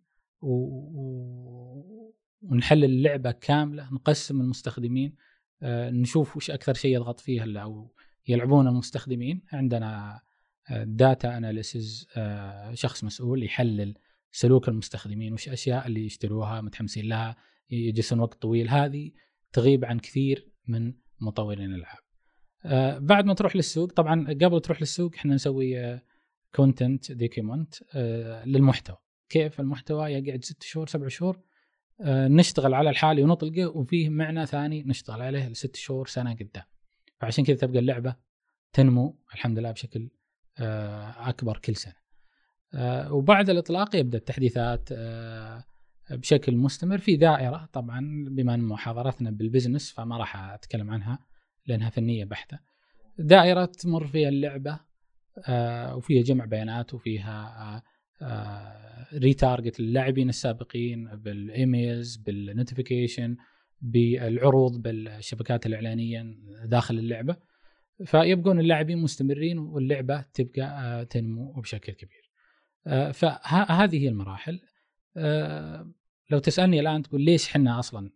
ونحلل اللعبة كاملة، نقسم المستخدمين، نشوف وش أكثر شيء يضغط فيه أو يلعبون المستخدمين. عندنا داتا أناليسيز، شخص مسؤول يحلل سلوك المستخدمين، وش أشياء اللي يشتروها متحمسين لها يجلسون وقت طويل، هذه تغيب عن كثير من مطورين الألعاب. بعد ما تروح للسوق، طبعا قبل تروح للسوق احنا نسوي كونتنت دوكيومنت للمحتوى. كيف المحتوى يقعد 6 شهور 7 شهور نشتغل على الحالي ونطلقه، وفيه معنى ثاني نشتغل عليه ل6 شهور سنة قدام. فعشان كذا تبقى اللعبة تنمو الحمد لله بشكل أكبر كل سنة. وبعد الإطلاق يبدأ التحديثات بشكل مستمر في دائرة. طبعا بما أن محاضرتنا بالبزنس فما راح أتكلم عنها لأنها فنية بحتة. دائرة تمر فيها اللعبة وفيها جمع بيانات، وفيها ريتارجت للاعبين السابقين بالإيميلز، بالنوتيفيكيشن، بالعروض، بالشبكات الإعلانية داخل اللعبة. فيبقون اللاعبين مستمرين واللعبة تبقى تنمو بشكل كبير. فهذه هي المراحل. لو تسألني الآن تقول ليش حنا أصلا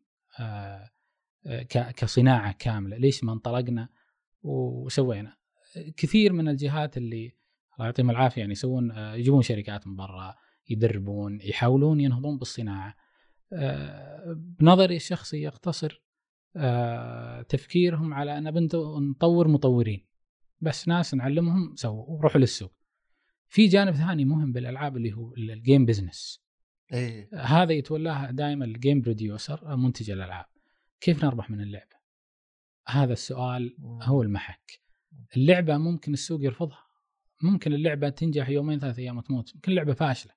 كصناعة كاملة ليش ما انطلقنا وسوينا؟ كثير من الجهات اللي الله يعطيهم العافية يعني يجيبون شركات من برا، يدربون، يحاولون ينهضون بالصناعة. بنظري الشخصي يقتصر تفكيرهم على أن نطور مطورين بس، ناس نعلمهم سووا وروحوا للسوق. في جانب ثاني مهم بالألعاب اللي هو الجيم بزنس. هذا يتولاها دائما الجيم بروديوسر، منتج الألعاب. كيف نربح من اللعبة؟ هذا السؤال هو المحك. اللعبة ممكن السوق يرفضها، ممكن اللعبة تنجح يومين 3 أيام وتموت، ممكن اللعبة فاشلة.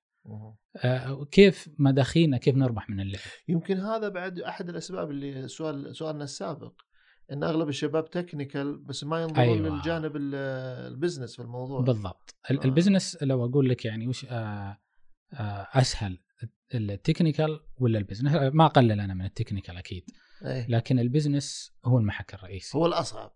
كيف مداخينا، كيف نربح من اللعبة؟ يمكن هذا بعد أحد الأسباب اللي سؤالنا السابق، إن أغلب الشباب تكنيكال بس ما ينظرون أيوة. للجانب البزنس في الموضوع. بالضبط. البزنس لو أقول لك يعني وش أسهل، التكنيكال ولا البزنس؟ ما أقلل أنا من التكنيكال أكيد، لكن البزنس هو المحك الرئيسي، هو الأصعب.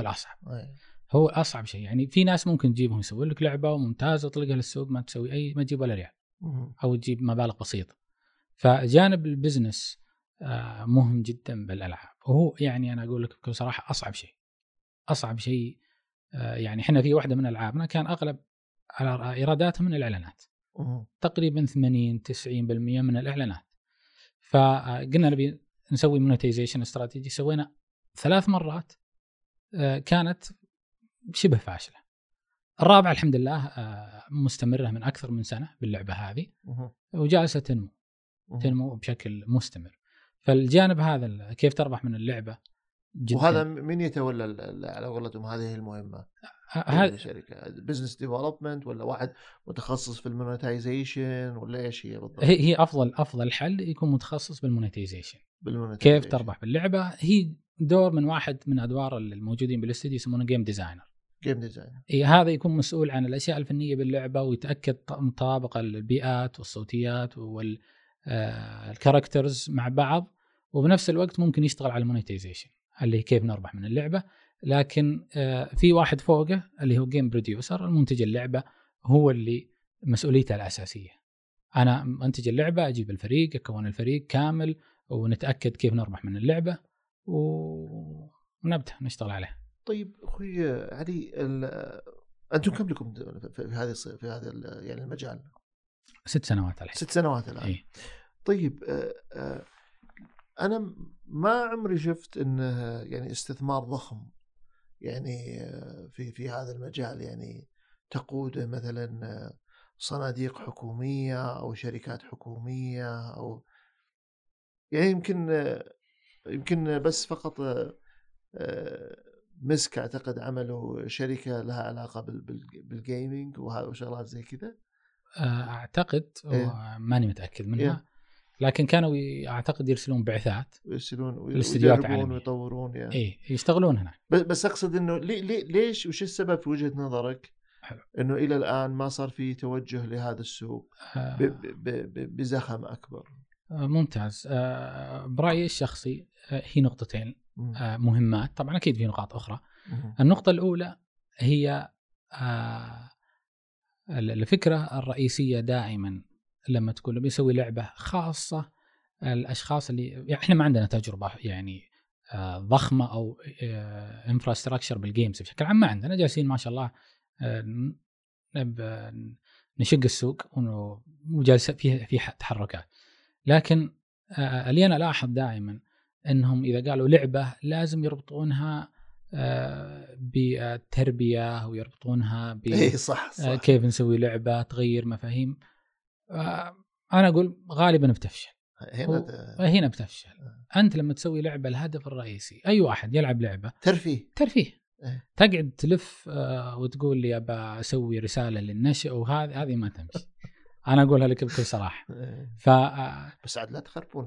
هو أصعب شيء. يعني في ناس ممكن تجيبهم يسوي لك لعبة ممتازة وتلقى للسوق ما تسوي ما تجيب ولا ريال، أو تجيب مبالغ بسيطة. فجانب البزنس مهم جدا بالألعاب، وهو يعني أنا أقول لك بكل صراحة أصعب شيء. يعني إحنا في واحدة من ألعابنا كان أغلب إيراداتها من الإعلانات، تقريبا 80-90% من الإعلانات. فقلنا نبي نسوي مونيتايزيشن استراتيجي، سوينا 3 مرات كانت شبه فاشلة. الرابعة الحمد لله مستمرة من أكثر من سنة باللعبة هذه، وجالسة تنمو بشكل مستمر. فالجانب هذا كيف تربح من اللعبة جدا. وهذا من يتولى على قولتهم هذه المهمة؟ هذه شركة بزنس ديفلوبمنت ولا واحد متخصص في المونيتايزيشن ولا ايش هي بالضبط؟ هي افضل حل يكون متخصص بالمونيتايزيشن. كيف تربح باللعبة؟ هي دور من واحد من ادوار الموجودين بالاستديو يسمونه جيم ديزاينر. هذا يكون مسؤول عن الاشياء الفنية باللعبة ويتأكد مطابقة البيئات والصوتيات والكاركترز مع بعض، وبنفس الوقت ممكن يشتغل على المونيتايزيشن اللي كيف نربح من اللعبة. لكن في واحد فوقه اللي هو جيم بروديوسر، المنتج اللعبة، هو اللي مسؤوليته الأساسية. أنا منتج اللعبة، أجيب الفريق، أكون الفريق كامل ونتأكد كيف نربح من اللعبة ونبدأ نشتغل عليه. طيب أخوي علي، أنتم كم لكم في هذا يعني المجال؟ 6 سنوات الحين. 6 سنوات الآن. إيه؟ طيب أنا ما عمري شفت إنه يعني استثمار ضخم يعني في هذا المجال، يعني تقوده مثلا صناديق حكومية أو شركات حكومية، أو يعني يمكن بس فقط مسك أعتقد عملوا شركة لها علاقة بالجيمينج وشغلات زي كذا أعتقد. ماني متأكد منها. لكن كانوا أعتقد يرسلون بعثات، الاستديوهات عالمية ويطورون يعني. إيه يشتغلون هنا. بس أقصد إنه ليش وش السبب في وجهة نظرك إنه إلى الآن ما صار في توجه لهذا السوق بزخم أكبر؟ ممتاز. برأيي الشخصي هي نقطتين مهمات، طبعا أكيد في نقاط أخرى. النقطة الأولى هي الفكرة الرئيسية دائما لما تكون بيسوي لعبة خاصة، الأشخاص اللي يعني إحنا ما عندنا تجربة يعني ضخمة أو انفراستراكشر بالجيمز بشكل عام، ما عندنا، جالسين ما شاء الله نشق السوق وجالس في تحركات. لكن اللي أنا لاحظ دائما أنهم إذا قالوا لعبة لازم يربطونها بالتربية ويربطونها كيف نسوي لعبة، تغير مفاهيم. أنا أقول غالبا بتفشل. هنا بتفشل. أنت لما تسوي لعبة الهدف الرئيسي، أي واحد يلعب لعبة ترفيه تقعد تلف وتقول لي أبى أسوي رسالة للنشء، وهذه ما تمشي. أنا أقولها لك بكل صراحة. بس عاد لا تخربون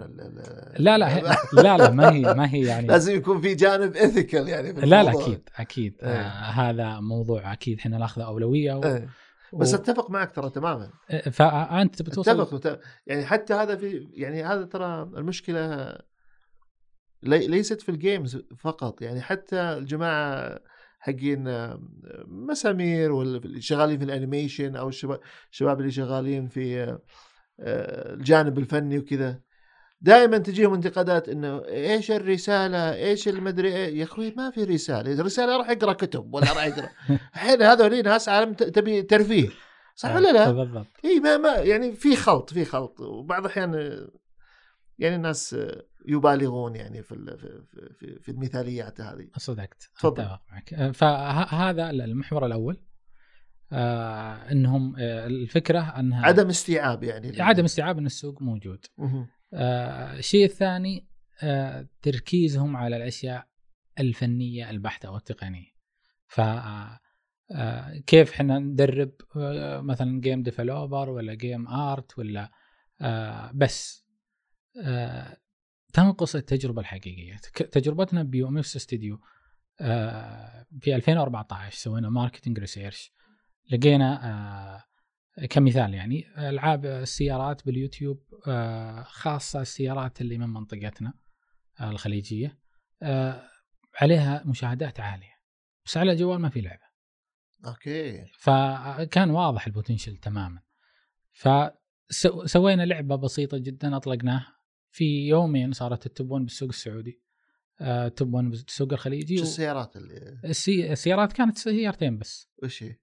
لا ما هي يعني لازم يكون في جانب إثيكال يعني في لا أكيد هذا موضوع أكيد إحنا نأخذ أولوية بس اتفق معك ترى تماما. فأنت بتوصل يعني حتى هذا يعني هذا ترى المشكلة ليست في الجيمز فقط، يعني حتى الجماعة حقين مسامير واللي شغالين في الانيميشن او الشباب اللي شغالين في الجانب الفني وكذا، دائما تجيهم انتقادات انه ايش الرسالة، ايش المدري يا اخوي ما في رسالة. الرسالة راح يقرأ كتب ولا راح يقرأ الحين هذول ناس عالم تبي ترفيه، صح ولا لا؟ بالضبط. اي ما يعني في خلط وبعض الاحيان يعني الناس يبالغون يعني في المثاليات هذه. صدقت، اتفق معك. فهذا المحور الاول، انهم الفكره انها عدم استيعاب، يعني عدم استيعاب ان السوق موجود. الشيء الثاني تركيزهم على الاشياء الفنية البحتة والتقنية. ف كيف احنا ندرب مثلا جيم ديفلوبر ولا جيم ارت ولا بس تنقص التجربة الحقيقية. تجربتنا بيوميفس ستوديو في 2014 سوينا ماركتينج ريسيرش، لقينا كمثال يعني ألعاب السيارات باليوتيوب، خاصة السيارات اللي من منطقتنا الخليجية، عليها مشاهدات عالية، بس على الجوال ما في لعبة. اوكي. فكان واضح البوتنشل تماما. فسوينا لعبة بسيطة جدا أطلقناها في يومين، صارت التوب 1 بالسوق السعودي، توب 1 بالسوق الخليجي. شو السيارات اللي السيارات كانت سيارتين بس. وش هي؟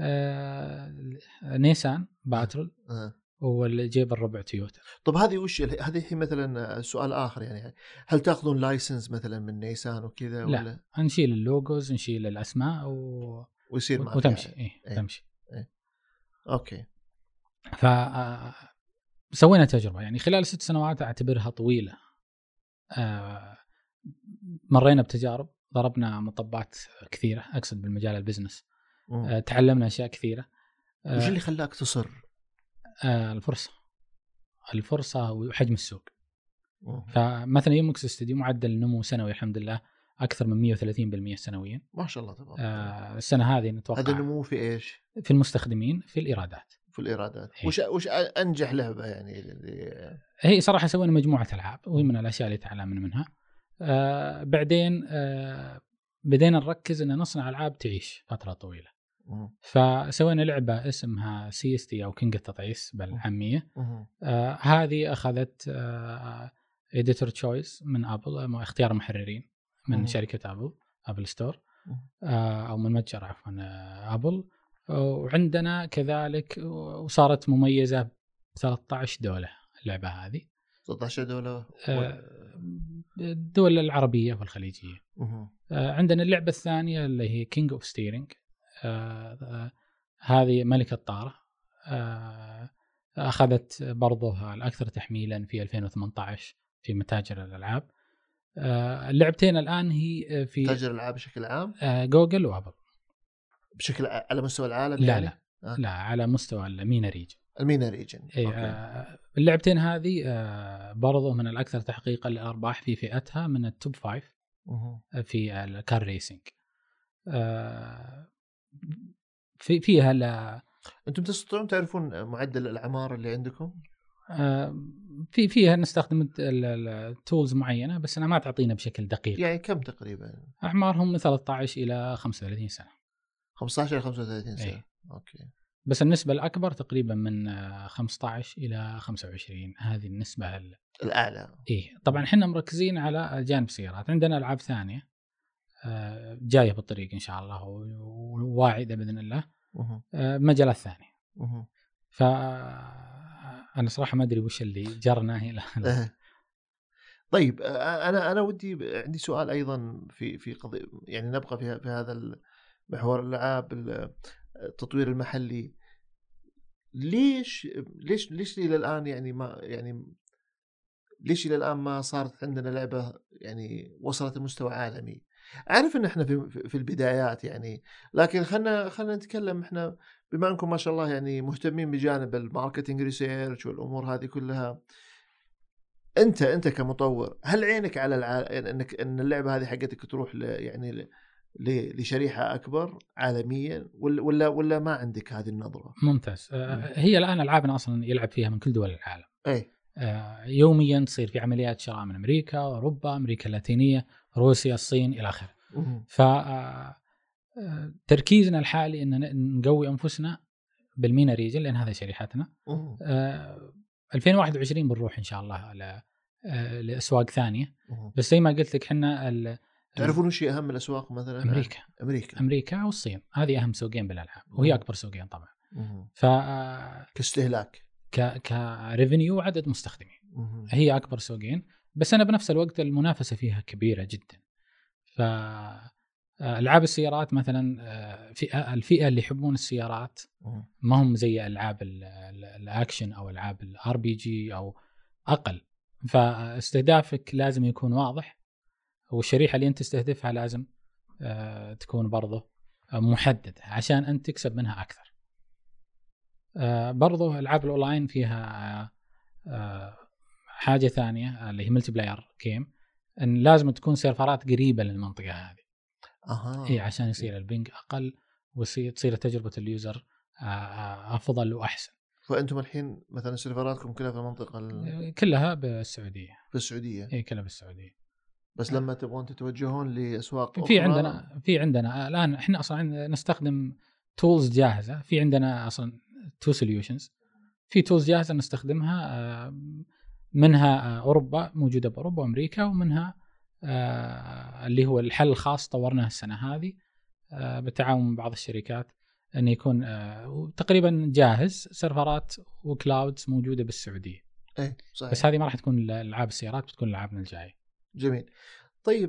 نيسان باترول واللي جيب الربع تويوتا. طب هذه وش هذه مثلا سؤال آخر يعني، هل تأخذون لايسنس مثلا من نيسان وكذا لا ولا؟ نشيل اللوجوز، نشيل الأسماء ويصير ما وتمشي. إيه. تمشي. إيه. أوكي. سوينا تجربة يعني خلال 6 سنوات أعتبرها طويلة. مرينا بتجارب، ضربنا مطبات كثيرة، أقصد بالمجال البزنس. تعلمنا أشياء كثيرة. وش اللي خلاك تصر؟ الفرصة وحجم السوق. فمثلا يومكس استوديو معدل النمو سنوي الحمد لله أكثر من 130% سنويا، ما شاء الله تبارك الله. السنة هذه نتوقع. هذا النمو في إيش؟ في المستخدمين، في الإيرادات. وش أنجح لعبة يعني هي صراحة سوينا مجموعة ألعاب، وهي من الأشياء اللي تعلمنا منها. بعدين بدينا نركز أن نصنع ألعاب تعيش فترة طويلة. فسوينا لعبة اسمها CST أو كينج التطعيس بالعامية. هذه أخذت Editor Choice من أبل، اختيار محررين من شركة أبل ستور، أو من متجر عفوا أبل. وعندنا كذلك وصارت مميزة $13 اللعبة هذه. 13 دولة الدول العربية والخليجية. عندنا اللعبة الثانية اللي هي King of Steering، هذه ملكة الطارة، أخذت برضو الأكثر تحميلا في 2018 في متاجر الألعاب. اللعبتين الآن هي في متاجر الألعاب بشكل عام، جوجل وأبل بشكل على مستوى العالم لا يعني؟ لا على مستوى المينا ريجن. اللعبتين هذه برضو من الأكثر تحقيقا للأرباح في فئتها من التوب 5 في الكار ريسينج. فيها أنتم تستطيعون تعرفون معدل الأعمار اللي عندكم؟ فيها نستخدم التولز معينة، بس أنا ما تعطينا بشكل دقيق. يعني كم تقريبا؟ أعمارهم من 13 إلى 35 سنة. 15 إلى 35 سنة. أوكي. بس النسبة الأكبر تقريبا من 15 إلى 25، هذه النسبة الأعلى. طبعا إحنا مركزين على جانب السيارات. عندنا ألعاب ثانية جاية بالطريق إن شاء الله وواعدة بإذن الله، مجالات ثانية. فأنا صراحة ما أدري وش اللي جرنا هنا. طيب أنا ودي عندي سؤال أيضا في قضية، يعني نبقى في هذا محور الألعاب، التطوير المحلي. ليش إلى الآن ليش إلى الآن ما صارت عندنا لعبة يعني وصلت لمستوى عالمي؟ أعرف إن إحنا في البدايات يعني، لكن خلنا نتكلم إحنا بما أنكم ما شاء الله يعني مهتمين بجانب الماركتينج ريسيرش والأمور هذه كلها. أنت كمطور، هل عينك على إن اللعبة هذه حقتك تروح لشريحة أكبر عالميا، ولا ما عندك هذه النظرة؟ ممتاز. هي الآن ألعابنا أصلا يلعب فيها من كل دول العالم. يوميا تصير في عمليات شراء من أمريكا، أوروبا، أمريكا اللاتينية، روسيا، الصين إلى آخره. فتركيزنا الحالي أن نقوي أنفسنا بالمينا ريجن، لأن هذا شريحتنا. 2021 بنروح إن شاء الله لأسواق ثانية. بس زي ما قلت لك إحنا تعرفون وش أهم الأسواق مثلا؟ أمريكا والصين، هذه أهم سوقين بالألعاب، وهي أكبر سوقين طبعا. كاستهلاك، كريفينيو وعدد مستخدمين، هي أكبر سوقين. بس أنا بنفس الوقت المنافسة فيها كبيرة جدا. ألعاب السيارات مثلا، الفئة اللي يحبون السيارات ما هم زي ألعاب الأكشن أو ألعاب الRPG أو أقل. فاستهدافك لازم يكون واضح، والشريحة اللي أنت تستهدفها لازم تكون برضه محددة عشان أنت تكسب منها أكثر. برضه ألعاب الأونلاين فيها حاجة ثانية اللي هي ملتي بلاير جيم، أن لازم تكون سيرفرات قريبة للمنطقة هذه. إيه عشان يصير البينج أقل وتصير تجربة اليوزر أفضل وأحسن. فأنتم الحين مثلا سيرفراتكم كلها في المنطقة كلها بالسعودية. في السعودية؟ إيه كلها بالسعودية. بس لما تبغون تتوجهون لأسواق في أخرى عندنا الآن إحنا أصلا نستخدم تولز جاهزة. في عندنا أصلا تو سوليوشنز، في تولز جاهزة نستخدمها، منها أوروبا، موجودة بأوروبا وأمريكا، ومنها اللي هو الحل الخاص طورناه السنة هذه بالتعاون مع بعض الشركات، أن يكون تقريبا جاهز سيرفرات وكلاودز موجودة بالسعودية. إيه صحيح. بس هذه ما راح تكون ألعاب السيارات، بتكون ألعابنا الجاية. جميل. طيب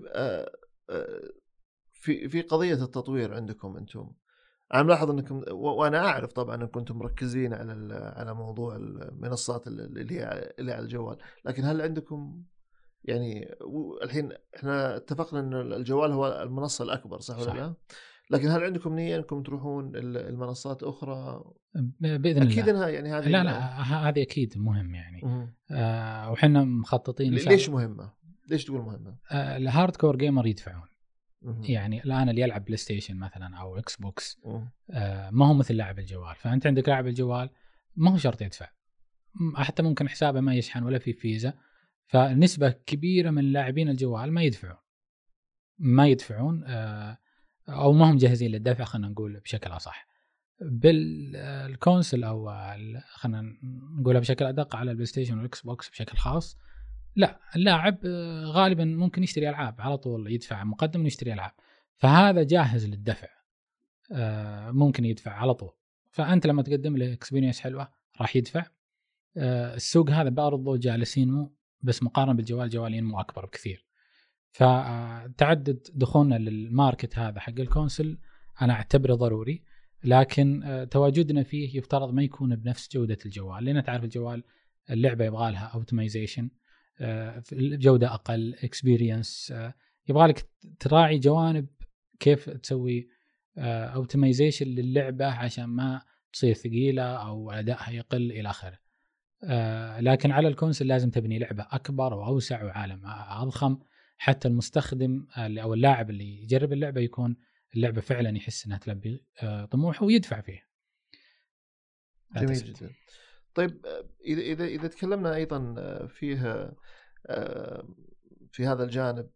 في قضية التطوير عندكم أنتم، أنا ملاحظ أنكم وأنا أعرف طبعا أنكم كنتم مركزين على موضوع المنصات اللي على الجوال، لكن هل عندكم يعني الحين إحنا اتفقنا أن الجوال هو المنصة الأكبر صح ولا لا؟ لكن هل عندكم نية أنكم تروحون المنصات أخرى؟ بإذن أكيد الله. إنها يعني هذه لا هذه أكيد مهم يعني. وحنا مخططين. ليش مهمة؟ ليش تقول مهمة؟ الهارد كور جيمر يدفعون. يعني الآن اللي يلعب بلاي ستيشن مثلا أو إكس بوكس ما هو مثل لاعب الجوال. فأنت عندك لاعب الجوال ما هو شرط يدفع، حتى ممكن حسابه ما يشحن ولا في فيزا. فنسبة كبيرة من لاعبين الجوال ما يدفعون أو ما هم جاهزين للدفع، خلنا نقول بشكل أصح. بالكونسل أو خلنا نقولها بشكل أدق على البلاي ستيشن والإكس بوكس بشكل خاص، لا، اللاعب غالبا ممكن يشتري ألعاب على طول، يدفع مقدم ويشتري ألعاب، فهذا جاهز للدفع، ممكن يدفع على طول. فأنت لما تقدم له اكسبيرينس حلوة راح يدفع. السوق هذا برضو جالسين مو بس مقارنة بالجوال، جوالين مو أكبر بكثير. فتعدد دخولنا للماركت هذا حق الكونسل أنا أعتبره ضروري، لكن تواجدنا فيه يفترض ما يكون بنفس جودة الجوال، لأن تعرف الجوال اللعبة يبغى لها اوبتمايزيشن، جودة أقل، اكسبيرينس، يبغالك تراعي جوانب كيف تسوي اوبتمايزيشن للعبة عشان ما تصير ثقيلة أو أدائها يقل إلى آخره. لكن على الكونسل لازم تبني لعبة أكبر وأوسع وعالم أضخم، حتى المستخدم أو اللاعب اللي يجرب اللعبة يكون اللعبة فعلا يحس أنها تلبي طموحه ويدفع فيها. جميل جدا. طيب إذا تكلمنا أيضا فيها في هذا الجانب،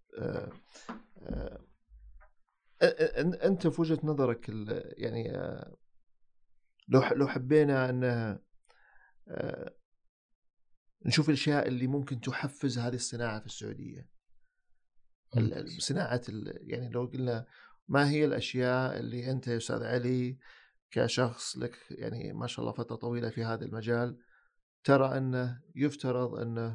أنت في وجهة نظرك يعني لو حبينا أن نشوف الأشياء اللي ممكن تحفز هذه الصناعة في السعودية، صناعة يعني لو قلنا ما هي الأشياء اللي أنت يا أستاذ علي كشخص لك يعني ما شاء الله فترة طويلة في هذا المجال ترى أنه يفترض أنه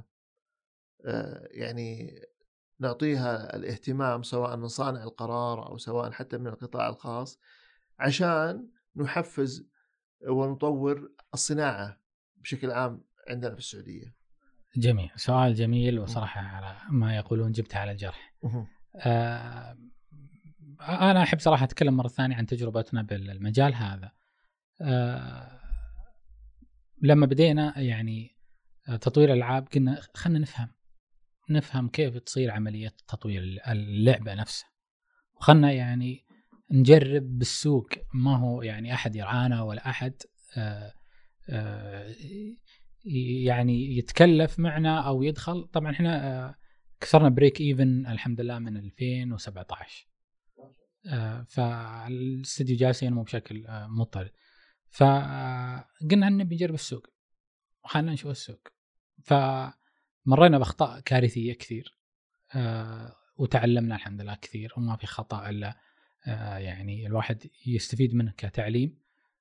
يعني نعطيها الاهتمام سواء من صانع القرار أو سواء حتى من القطاع الخاص عشان نحفز ونطور الصناعة بشكل عام عندنا في السعودية؟ جميل، سؤال جميل، وصراحة على ما يقولون جبتها على الجرح. أنا أحب صراحة أتكلم مرة ثانية عن تجربتنا بالمجال هذا. لما بدينا يعني تطوير الألعاب قلنا خلنا نفهم كيف تصير عملية تطوير اللعبة نفسها، وخلنا يعني نجرب بالسوق، ما هو يعني أحد يرعانا ولا أحد يعني يتكلف معنا أو يدخل. طبعا احنا كسرنا بريك إيفن الحمد لله من 2017، فالاستديو جالسين مو بشكل مضطرد، فقلنا نبي نجرب السوق وخلنا نشوف السوق. فمرينا بأخطاء كارثية كثير، وتعلمنا الحمد لله كثير، وما في خطأ إلا يعني الواحد يستفيد منه كتعليم.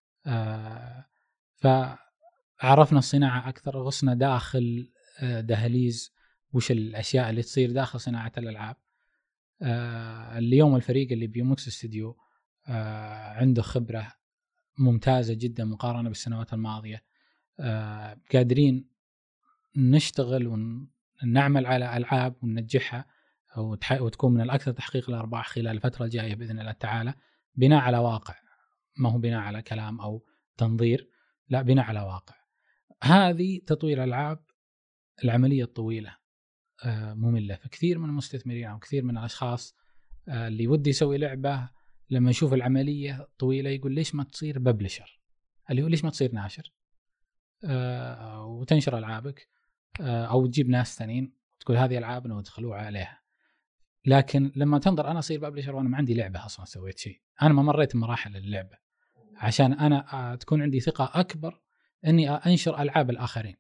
فعرفنا الصناعة أكثر، غصنا داخل دهاليز وش الأشياء اللي تصير داخل صناعة الألعاب. اليوم الفريق اللي بيومكس استوديو عنده خبرة ممتازة جدا مقارنة بالسنوات الماضية، قادرين نشتغل ونعمل على ألعاب وننجحها وتكون من الأكثر تحقيق الأرباح خلال الفترة الجاية بإذن الله تعالى، بناء على واقع، ما هو بناء على كلام أو تنظير، لا بناء على واقع. هذه تطوير الألعاب العملية الطويلة مملة، فكثير من المستثمرين أو كثير من الأشخاص اللي ودي يسوي لعبة لما يشوف العملية طويلة يقول ليش ما تصير ببلشر، اللي هو ليش ما تصير ناشر وتنشر ألعابك أو تجيب ناس ثانيين وتقول هذه ألعابنا وتدخلوا عليها. لكن لما تنظر أنا أصير ببلشر وأنا ما عندي لعبة أصلا سويت شيء، أنا ما مريت مراحل اللعبة، عشان أنا تكون عندي ثقة أكبر أني أنشر ألعاب الآخرين.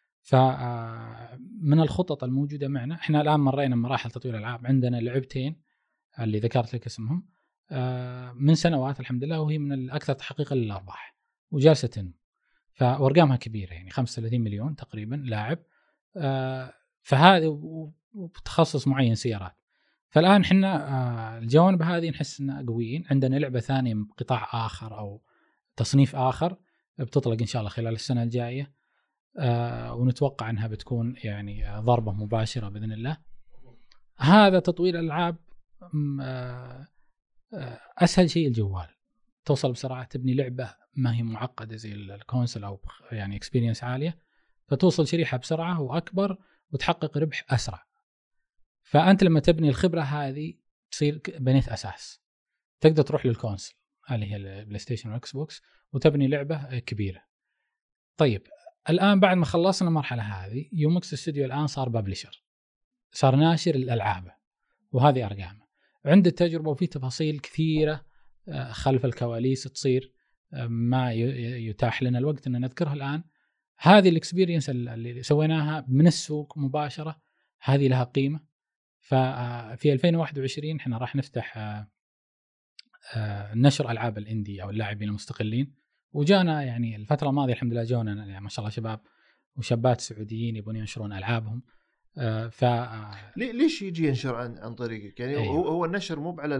فمن الخطط الموجودة معنا إحنا الآن مرينا مراحل تطوير الألعاب، عندنا لعبتين اللي ذكرت لك اسمهم من سنوات الحمد لله، وهي من الأكثر تحقيقا للأرباح وجالسة تنمو، فأرقامها كبيرة يعني 35 مليون تقريبا لاعب، فهذا بتخصص معين سيارات. فالآن حنا الجوانب هذه نحس إننا قويين. عندنا لعبة ثانية بقطاع آخر أو تصنيف آخر بتطلق إن شاء الله خلال السنة الجاية، ونتوقع أنها بتكون يعني ضربة مباشرة بإذن الله. هذا تطوير الألعاب أسهل شيء الجوال، توصل بسرعة، تبني لعبة ما هي معقدة زي الكونسول أو يعني إكسبيرينس عالية، فتوصل شريحة بسرعة وأكبر وتحقق ربح أسرع. فأنت لما تبني الخبرة هذه تصير بنيت أساس، تقدر تروح للكونسول اللي هي البلاي ستيشن والإكس بوكس وتبني لعبة كبيرة. طيب الآن بعد ما خلصنا المرحلة هذه، يومكس استوديو الآن صار بابليشر، صار ناشر الألعاب، وهذه أرقامه عند التجربة وفي تفاصيل كثيرة خلف الكواليس تصير ما يتاح لنا الوقت أن نذكرها الآن. هذه الإكسبيرينس اللي سويناها من السوق مباشرة هذه لها قيمة. ففي 2021 احنا راح نفتح نشر ألعاب الإندي أو اللاعبين المستقلين، وجانا يعني الفترة الماضية الحمد لله جونا يعني ما شاء الله شباب وشابات سعوديين يبون ينشرون ألعابهم. ليش يجي ينشر عن طريقك يعني؟ أيوة. هو النشر مو على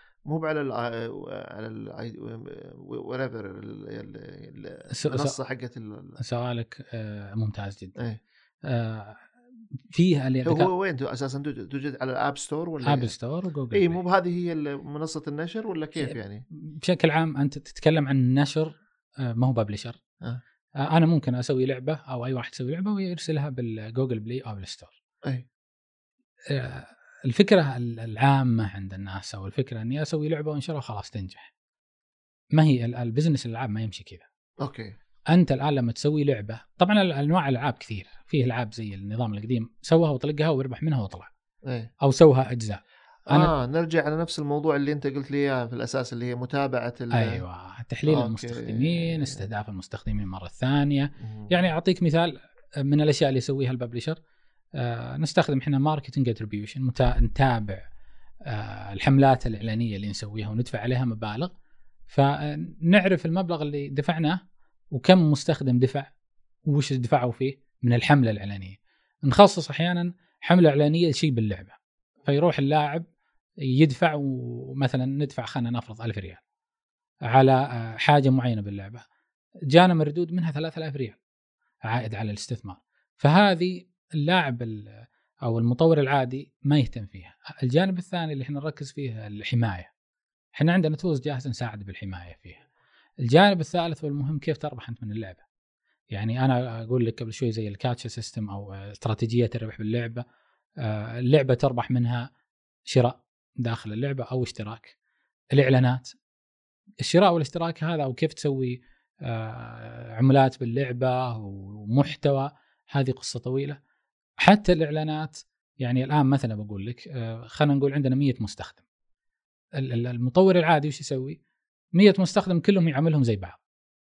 المنصة حقت سؤالك ممتاز جدا. أيه. فيها اللي هو وين اساسا توجد على الاب ستور ولا اب ستور وجوجل؟ اي مو هذه هي منصه النشر ولا كيف يعني؟ بشكل عام انت تتكلم عن النشر ما هو ببلشر. انا ممكن اسوي لعبه او اي واحد يسوي لعبه ويرسلها بالجوجل بلاي او بالستور. اي الفكره العامه عند الناس او الفكره اني اسوي لعبه وان شاء الله خلاص تنجح، ما هي البزنس الالعاب ما يمشي كذا. اوكي انت الان لما تسوي لعبه، طبعا انواع الالعاب كثير، فيه العاب زي النظام القديم سوها وطلقها وربح منها وطلع، او سوها اجزاء. نرجع على نفس الموضوع اللي انت قلت لي اياه في الاساس اللي هي متابعه ايوه تحليل المستخدمين، استهداف المستخدمين مره ثانيه. يعني اعطيك مثال من الاشياء اللي يسويها الببلشر، نستخدم احنا ماركتنج اتريبيوشن، نتابع الحملات الاعلانيه اللي نسويها وندفع عليها مبالغ، فنعرف المبلغ اللي دفعناه وكم مستخدم دفع وش دفعوا فيه من الحملة الإعلانية. نخصص أحيانا حملة إعلانية لشيء باللعبة، فيروح اللاعب يدفع، ومثلا ندفع خلنا نفرض 1000 ريال على حاجة معينة باللعبة، جانا مردود منها 3000 ريال عائد على الاستثمار. فهذه اللاعب أو المطور العادي ما يهتم فيها. الجانب الثاني اللي احنا نركز فيه الحماية، احنا عندنا تولز جاهزة نساعد بالحماية فيها. الجانب الثالث والمهم كيف تربح أنت من اللعبة. يعني أنا أقول لك قبل شوي زي الكاتشا سيستم أو استراتيجية الربح باللعبة، اللعبة تربح منها شراء داخل اللعبة أو اشتراك. الإعلانات، الشراء والاشتراك هذا، أو كيف تسوي عملات باللعبة ومحتوى، هذه قصة طويلة. حتى الإعلانات، يعني الآن مثلا بقول لك خلينا نقول عندنا 100 مستخدم، المطور العادي وش يسوي؟ 100 مستخدم كلهم يعملهم زي بعض.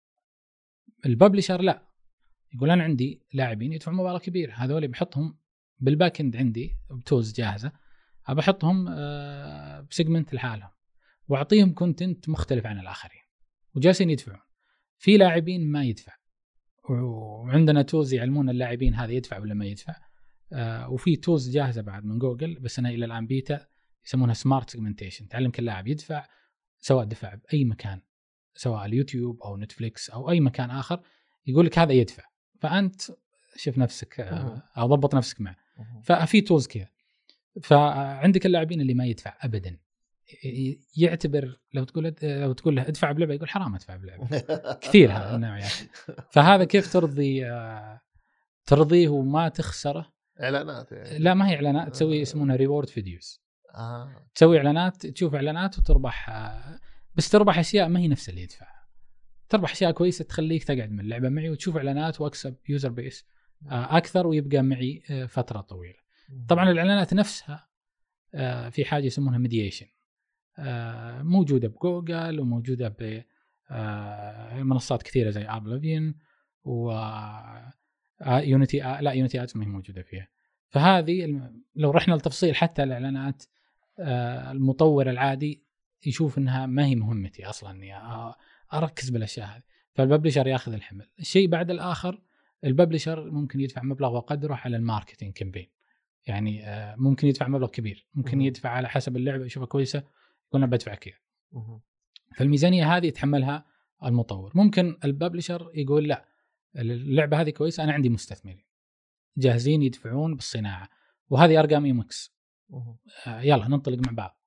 الببلشر لا، يقول أنا عندي لاعبين يدفعون مبالغ كبيرة، هذول بحطهم بالباك اند عندي بتولز جاهزة، بحطهم بسيجمنت لحالهم وأعطيهم كونتنت مختلف عن الآخرين وجالسين يدفعون. في لاعبين ما يدفع، وعندنا تولز يعلمون اللاعبين هذا يدفع ولا ما يدفع. وفي تولز جاهزة بعد من جوجل، بس أنا إلى الآن بيتا، يسمونها سمارت سيجمنتيشن، تعلم كل لاعب يدفع سواء دفع بأي مكان، سواء اليوتيوب أو نتفليكس أو أي مكان آخر، يقول لك هذا يدفع، فأنت شوف نفسك أو ضبط نفسك معه. ففي تولز كذا. فعندك اللاعبين اللي ما يدفع ابدا، يعتبر لو تقول له ادفع بلعبه يقول حرام ادفع بلعبه. كثير هذا النوعيات. فهذا كيف ترضيه وما تخسره؟ اعلانات يعني. لا ما هي اعلانات، تسوي يسمونها ريورد فيديوز. تسوي اعلانات، تشوف اعلانات وتربح، بس تربح اشياء ما هي نفس اللي يدفع. تربح اشياء كويسه تخليك تقعد من اللعبه معي وتشوف اعلانات واكسب يوزر بيس اكثر ويبقى معي فتره طويله. طبعا الاعلانات نفسها في حاجه يسمونها ميديشن، موجوده بجوجل وموجوده بمنصات كثيره زي ابلوفين و يونيتي. لا يونيتي ادز ما هي موجوده فيها. فهذه لو رحنا لتفصيل حتى الاعلانات، المطور العادي يشوف انها ما هي مهمتي اصلا اني اركز بالاشياء هذه، فالببلشر ياخذ الحمل. الشيء بعد الاخر الببلشر ممكن يدفع مبلغ وقدره على الماركتينج كامبين، يعني ممكن يدفع مبلغ كبير، ممكن يدفع على حسب اللعبه يشوفها كويسه يقول انا بدفع كذا. فالميزانيه هذه يتحملها المطور. ممكن الببلشر يقول لا اللعبه هذه كويسه، انا عندي مستثمرين جاهزين يدفعون بالصناعه وهذه ارقام ايمكس، يلا ننطلق مع بعض.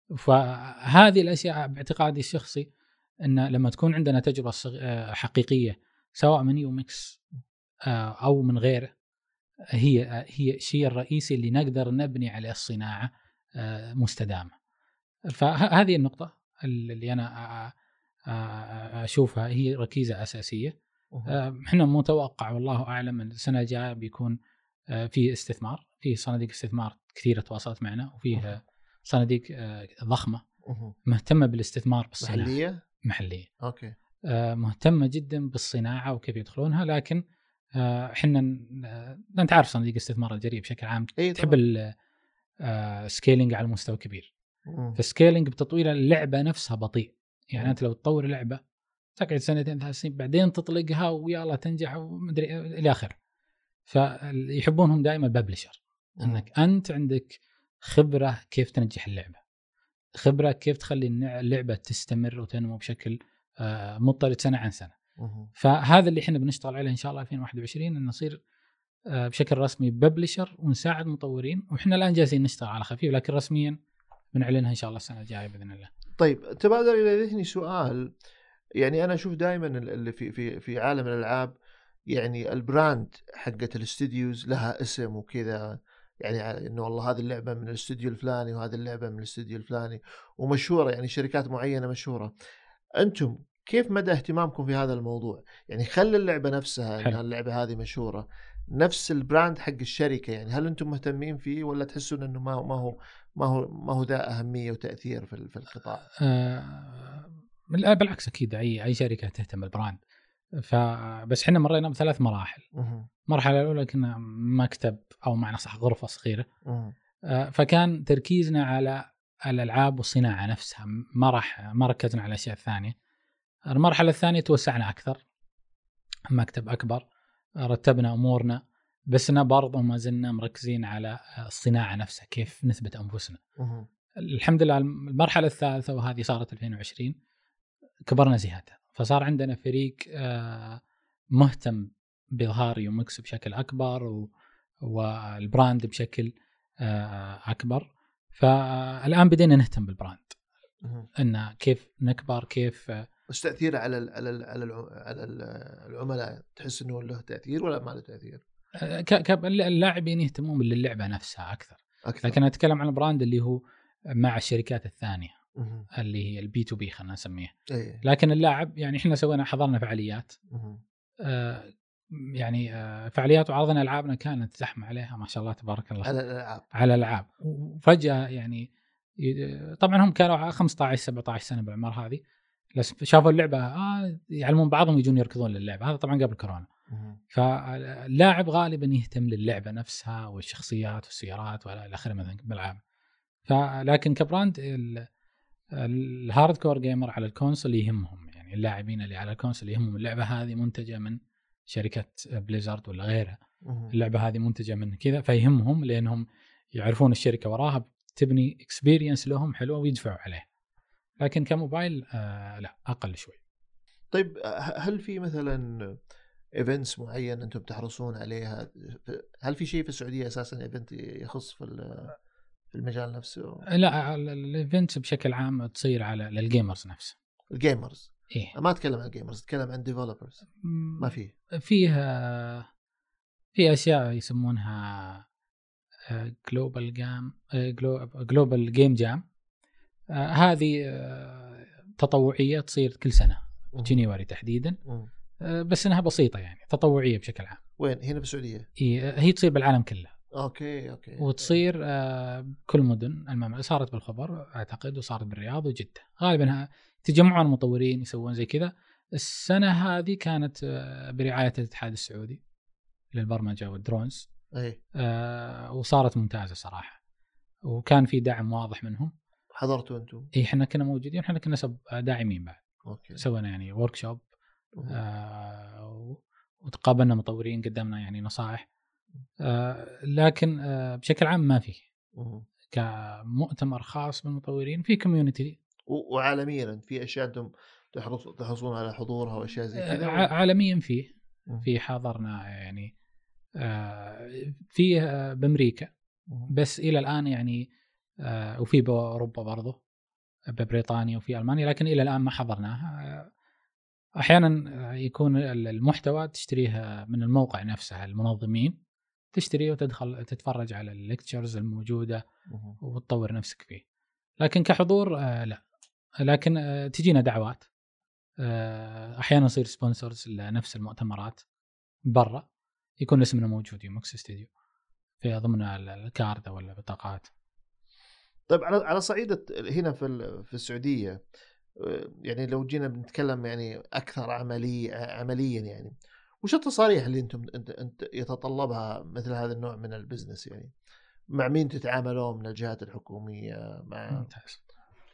فهذه الاشياء باعتقادي الشخصي ان لما تكون عندنا تجربه حقيقيه سواء من يومكس او من غيره، هي الشيء الرئيسي اللي نقدر نبني عليه الصناعه مستدامه. فهذه النقطه اللي انا اشوفها هي ركيزه اساسيه. احنا متوقع والله اعلم ان السنه الجايه بيكون في استثمار، في صناديق استثمار كثيره تواصلت معنا، وفيه صناديق ضخمه مهتمه بالاستثمار بالصناعه محليه. اوكي. مهتمه جدا بالصناعه وكيف يدخلونها. لكن احنا انت عارف صناديق الاستثمار الجريئه بشكل عام تحب السكيلينج على مستوى كبير. فالسكيلينج بتطوير اللعبه نفسها بطيء، يعني انت لو تطور لعبه تقعد 2 3 سنين بعدين تطلقها ويلا تنجح ومدري الى اخره. فيحبونهم دائما الببلشر، انك انت عندك خبره كيف تنجح اللعبه، خبره كيف تخلي اللعبه تستمر وتنمو بشكل مضطرد سنه عن سنه. فهذا اللي احنا بنشتغل عليه ان شاء الله 2021، ان نصير بشكل رسمي ببلشر ونساعد مطورين. واحنا الان جالسين نشتغل على خفيف، لكن رسميا بنعلنها ان شاء الله السنه الجايه باذن الله. طيب تبادر الى ذهني سؤال، يعني انا اشوف دائما اللي في عالم الالعاب، يعني البراند حقه الاستديوز لها اسم وكذا، يعني انه والله هذه اللعبه من الاستوديو الفلاني وهذه اللعبه من الاستوديو الفلاني ومشهوره، يعني شركات معينه مشهوره. انتم كيف مدى اهتمامكم في هذا الموضوع؟ يعني خلي اللعبه نفسها ان اللعبه هذه مشهوره نفس البراند حق الشركه، يعني هل انتم مهتمين فيه ولا تحسون انه ما هو ذا اهميه وتاثير في القطاع؟ بالعكس اكيد اي شركه تهتم بالبراند. فبس احنا مرينا ب3 مراحل. المرحله الاولى كنا مكتب او معنى صح غرفه صغيره، فكان تركيزنا على الالعاب والصناعه نفسها، ما ركزنا على الاشياء الثانيه. المرحله الثانيه توسعنا اكثر، مكتب اكبر، رتبنا امورنا، بس برضه ما زلنا مركزين على الصناعه نفسها، كيف نثبت انفسنا. الحمد لله المرحله الثالثه وهذه صارت 2020 كبرنا زياده، فصار عندنا فريق مهتم بإظهار يومكس بشكل أكبر والبراند بشكل أكبر. فالآن بدينا نهتم بالبراند، إن كيف نكبر، كيف وش تأثير على العملاء؟ تحس إنه له تأثير ولا ما له تأثير؟ اللاعبين يهتمون باللعبة نفسها أكثر. لكن أتكلم عن البراند اللي هو مع الشركات الثانية اللي هي البي تو بي خلينا نسميه. لكن اللاعب يعني احنا حضرنا فعاليات، يعني فعاليات وعرضنا العابنا كانت زحمه عليها ما شاء الله تبارك الله على الالعاب. وفجاه يعني طبعا هم كانوا 15 17 سنه بالعمر هذه، شافوا اللعبه يعلمون بعضهم يجون يركضون للعبه. هذا طبعا قبل كورونا. فاللاعب غالبا يهتم للعبه نفسها والشخصيات والسيارات والى اخره مثلا بالالعاب. لكن كبراند الهارد كور جيمر على الكونسول يهمهم، يعني اللاعبين اللي على الكونسول يهمهم اللعبة هذه منتجة من شركة بليزرد ولا غيرها، اللعبة هذه منتجة من كذا، فيهمهم لأنهم يعرفون الشركة وراها تبني اكسبيرينس لهم حلوة ويدفعوا عليه. لكن كموبايل لا أقل شوي. طيب هل في مثلا ايفنتس معين أنتم تحرصون عليها؟ هل في شيء في السعودية أساسا ايفنت يخص في في المجال نفسه؟ لا، الايفنتس بشكل عام تصير على الجيمرز نفسه. الجيمرز إيه؟ ما أتكلم عن الجيمرز، أتكلم عن ديفلوبرز. ما فيها في أشياء يسمونها جلوبال جيم جام. هذه تطوعية تصير كل سنة جنيوري تحديدا. بس انها بسيطة يعني تطوعية بشكل عام. وين؟ هنا بالسعودية؟ هي تصير بالعالم كله. اوكي وتصير كل مدن المملكة. صارت بالخبر اعتقد، وصارت بالرياض وجدة. غالبا تجمعون المطورين يسوون زي كذا. السنة هذه كانت برعاية الاتحاد السعودي للبرمجة والدرونز. وصارت ممتازة صراحة، وكان في دعم واضح منهم. حضرتوا انتم؟ احنا كنا موجودين، احنا كنا داعمين بعد. سوينا يعني وركشوب، وتقابلنا مطورين، قدمنا يعني نصائح. لكن بشكل عام ما فيه كمؤتمر خاص بالمطورين في كوميونتي. وعالميا في اشياء انتم تحرصون على حضورها واشياء زي كذا؟ عالميا في حضرنا يعني فيه بامريكا بس الى الان يعني، وفي باوروبا برضه ببريطانيا وفي المانيا، لكن الى الان ما حضرناها. احيانا يكون المحتوى تشتريها من الموقع نفسه، المنظمين تشتريه وتدخل تتفرج على الليكتشرز الموجوده وتطور نفسك فيه. لكن كحضور لا. لكن تجينا دعوات، احيانا يصير سبونسرز لنفس المؤتمرات برا، يكون اسمنا موجود يومكس استوديو في ضمن الكارد ولا بطاقات. طيب على صعيد هنا في السعوديه، يعني لو جينا بنتكلم يعني اكثر عمليا، يعني وش التصاريح اللي انت يتطلبها مثل هذا النوع من البزنس؟ يعني مع مين تتعاملون من الجهات الحكوميه؟ ممتاز.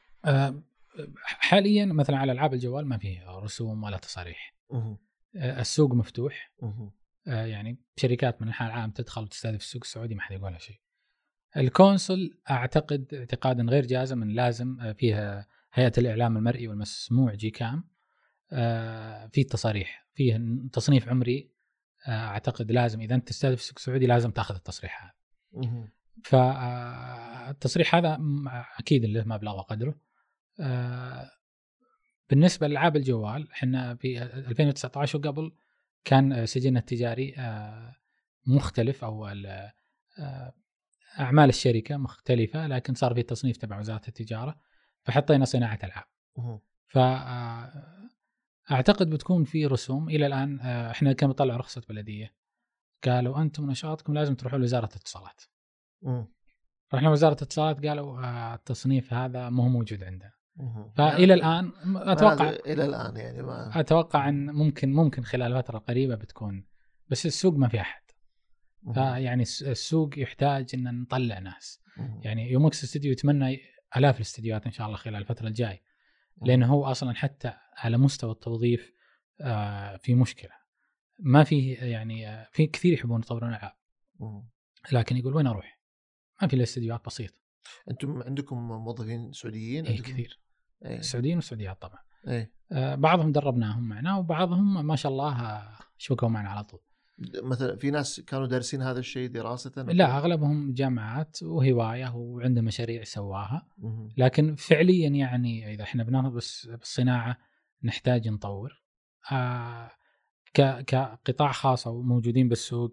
حاليا مثلا على العاب الجوال ما فيه رسوم ولا تصاريح. السوق مفتوح. يعني شركات من انحاء العالم تدخل وتستهدف السوق السعودي، ما حد يقول لها شيء. الكونسل اعتقد اعتقادا غير جازم ان لازم فيها هيئة الإعلام المرئي والمسموع جيكام، في تصاريح، فيه تصنيف عمري. أعتقد لازم إذا أنت تستهدف السوق السعودي لازم تأخذ التصريح هذا. فالتصريح هذا أكيد له مبلغ وقدره. بالنسبة لألعاب الجوال، إحنا في 2019 وقبل كان سجلنا التجاري مختلف، أو أعمال الشركة مختلفة، لكن صار في تصنيف تبع وزارة التجارة، فحطينا صناعة ألعاب. فأعتقد بتكون في رسوم. إلى الآن إحنا كنا نطلع رخصة بلدية، قالوا أنتم نشاطكم لازم تروحوا لوزارة الاتصالات. رحنا وزارة الاتصالات قالوا التصنيف هذا مو موجود عندنا. فإلى الآن أتوقع إلى الآن يعني ما أتوقع أن ممكن خلال فترة قريبة بتكون، بس السوق ما في أحد. فيعني السوق يحتاج أن نطلع ناس. يعني يومكس استوديو يتمنى آلاف الاستديوهات إن شاء الله خلال الفترة الجاي، لأنه هو أصلا حتى على مستوى التوظيف في مشكلة. ما فيه يعني في كثير يحبون يطورون ألعاب، لكن يقول وين أروح؟ ما في إلا استديوهات بسيطة. أنتم عندكم موظفين سعوديين؟ إيه كثير. سعوديين وسعوديات طبعا. بعضهم دربناهم معنا، وبعضهم ما شاء الله شبكوا معنا على طول. مثلا في ناس كانوا دارسين هذا الشيء دراسة؟ لا، أغلبهم جامعات وهواية وعنده مشاريع سواها. لكن فعليا يعني إذا إحنا بناخذ بس بالصناعة نحتاج نطور كقطاع خاص أو موجودين بالسوق.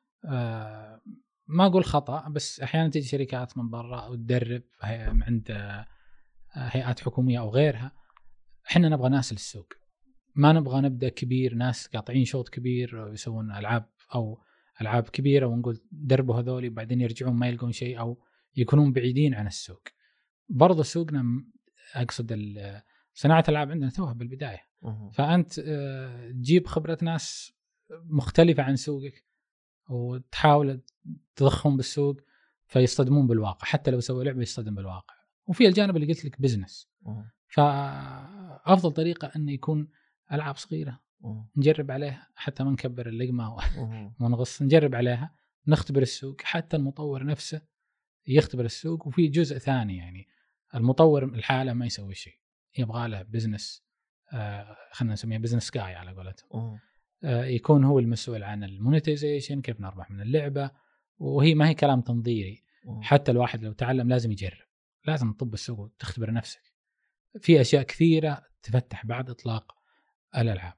ما أقول خطأ، بس أحيانا تيجي شركات من برا وتدرب عند هيئات حكومية أو غيرها. إحنا نبغى ناس للسوق، ما نبغى نبدأ كبير، ناس قاطعين شوط كبير ويسوون ألعاب أو ألعاب كبيرة ونقول دربوا هذولي بعدين يرجعون ما يلقون شيء أو يكونون بعيدين عن السوق. برضو سوقنا أقصد صناعة الألعاب عندنا توها بالبداية. فأنت تجيب خبرة ناس مختلفة عن سوقك وتحاول تضخهم بالسوق فيصطدمون بالواقع. حتى لو سووا لعبة يصطدم بالواقع. وفي الجانب اللي قلت لك بزنس، فأفضل طريقة أن يكون ألعاب صغيرة نجرب عليها، حتى ما نكبر اللقمة ونغص، نجرب عليها نختبر السوق. حتى المطور نفسه يختبر السوق. وفي جزء ثاني يعني المطور الحالة ما يسوي شيء، يبغى له بزنس، خلنا نسميه بزنس سكاي على قولتهم. يكون هو المسؤول عن المونيتيزيشن، كيف نربح من اللعبة. وهي ما هي كلام تنظيري، حتى الواحد لو تعلم لازم يجرب، لازم تطب السوق وتختبر نفسك في أشياء كثيرة تفتح بعد إطلاق الألعاب.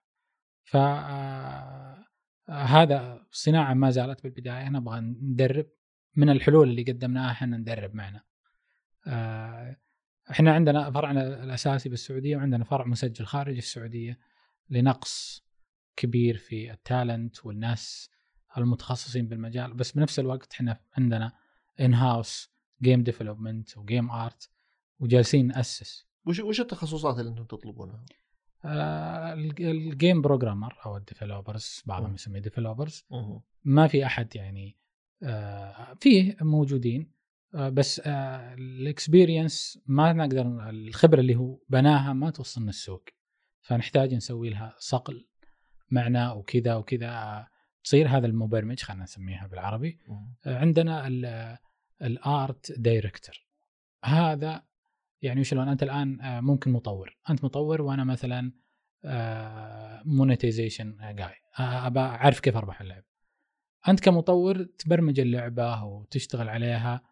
فهذا الصناعة ما زالت بالبداية، نبغى ندرب. من الحلول اللي قدمناها احنا ندرب معنا. احنا عندنا فرعنا الأساسي بالسعودية، وعندنا فرع مسجل خارج السعودية لنقص كبير في التالنت والناس المتخصصين بالمجال، بس بنفس الوقت احنا عندنا in-house game development و game art وجالسين نأسس. وش التخصصات اللي انتم تطلبونها؟ الجيم بروجرامر او الديفلوبرز، بعضهم يسميه ديفلوبرز. ما في احد يعني فيه موجودين، بس الاكسبيرينس ما نقدر، الخبره اللي هو بناها ما توصلنا السوق، فنحتاج نسوي لها صقل معنا وكذا وكذا تصير هذا المبرمج، خلينا نسميها بالعربي. عندنا الارت دايركتور، هذا يعني شلون انت الان ممكن مطور، انت مطور وانا مثلا مونيتيزيشن جاي، ابى اعرف كيف اربح اللعبه. انت كمطور تبرمج اللعبه وتشتغل عليها،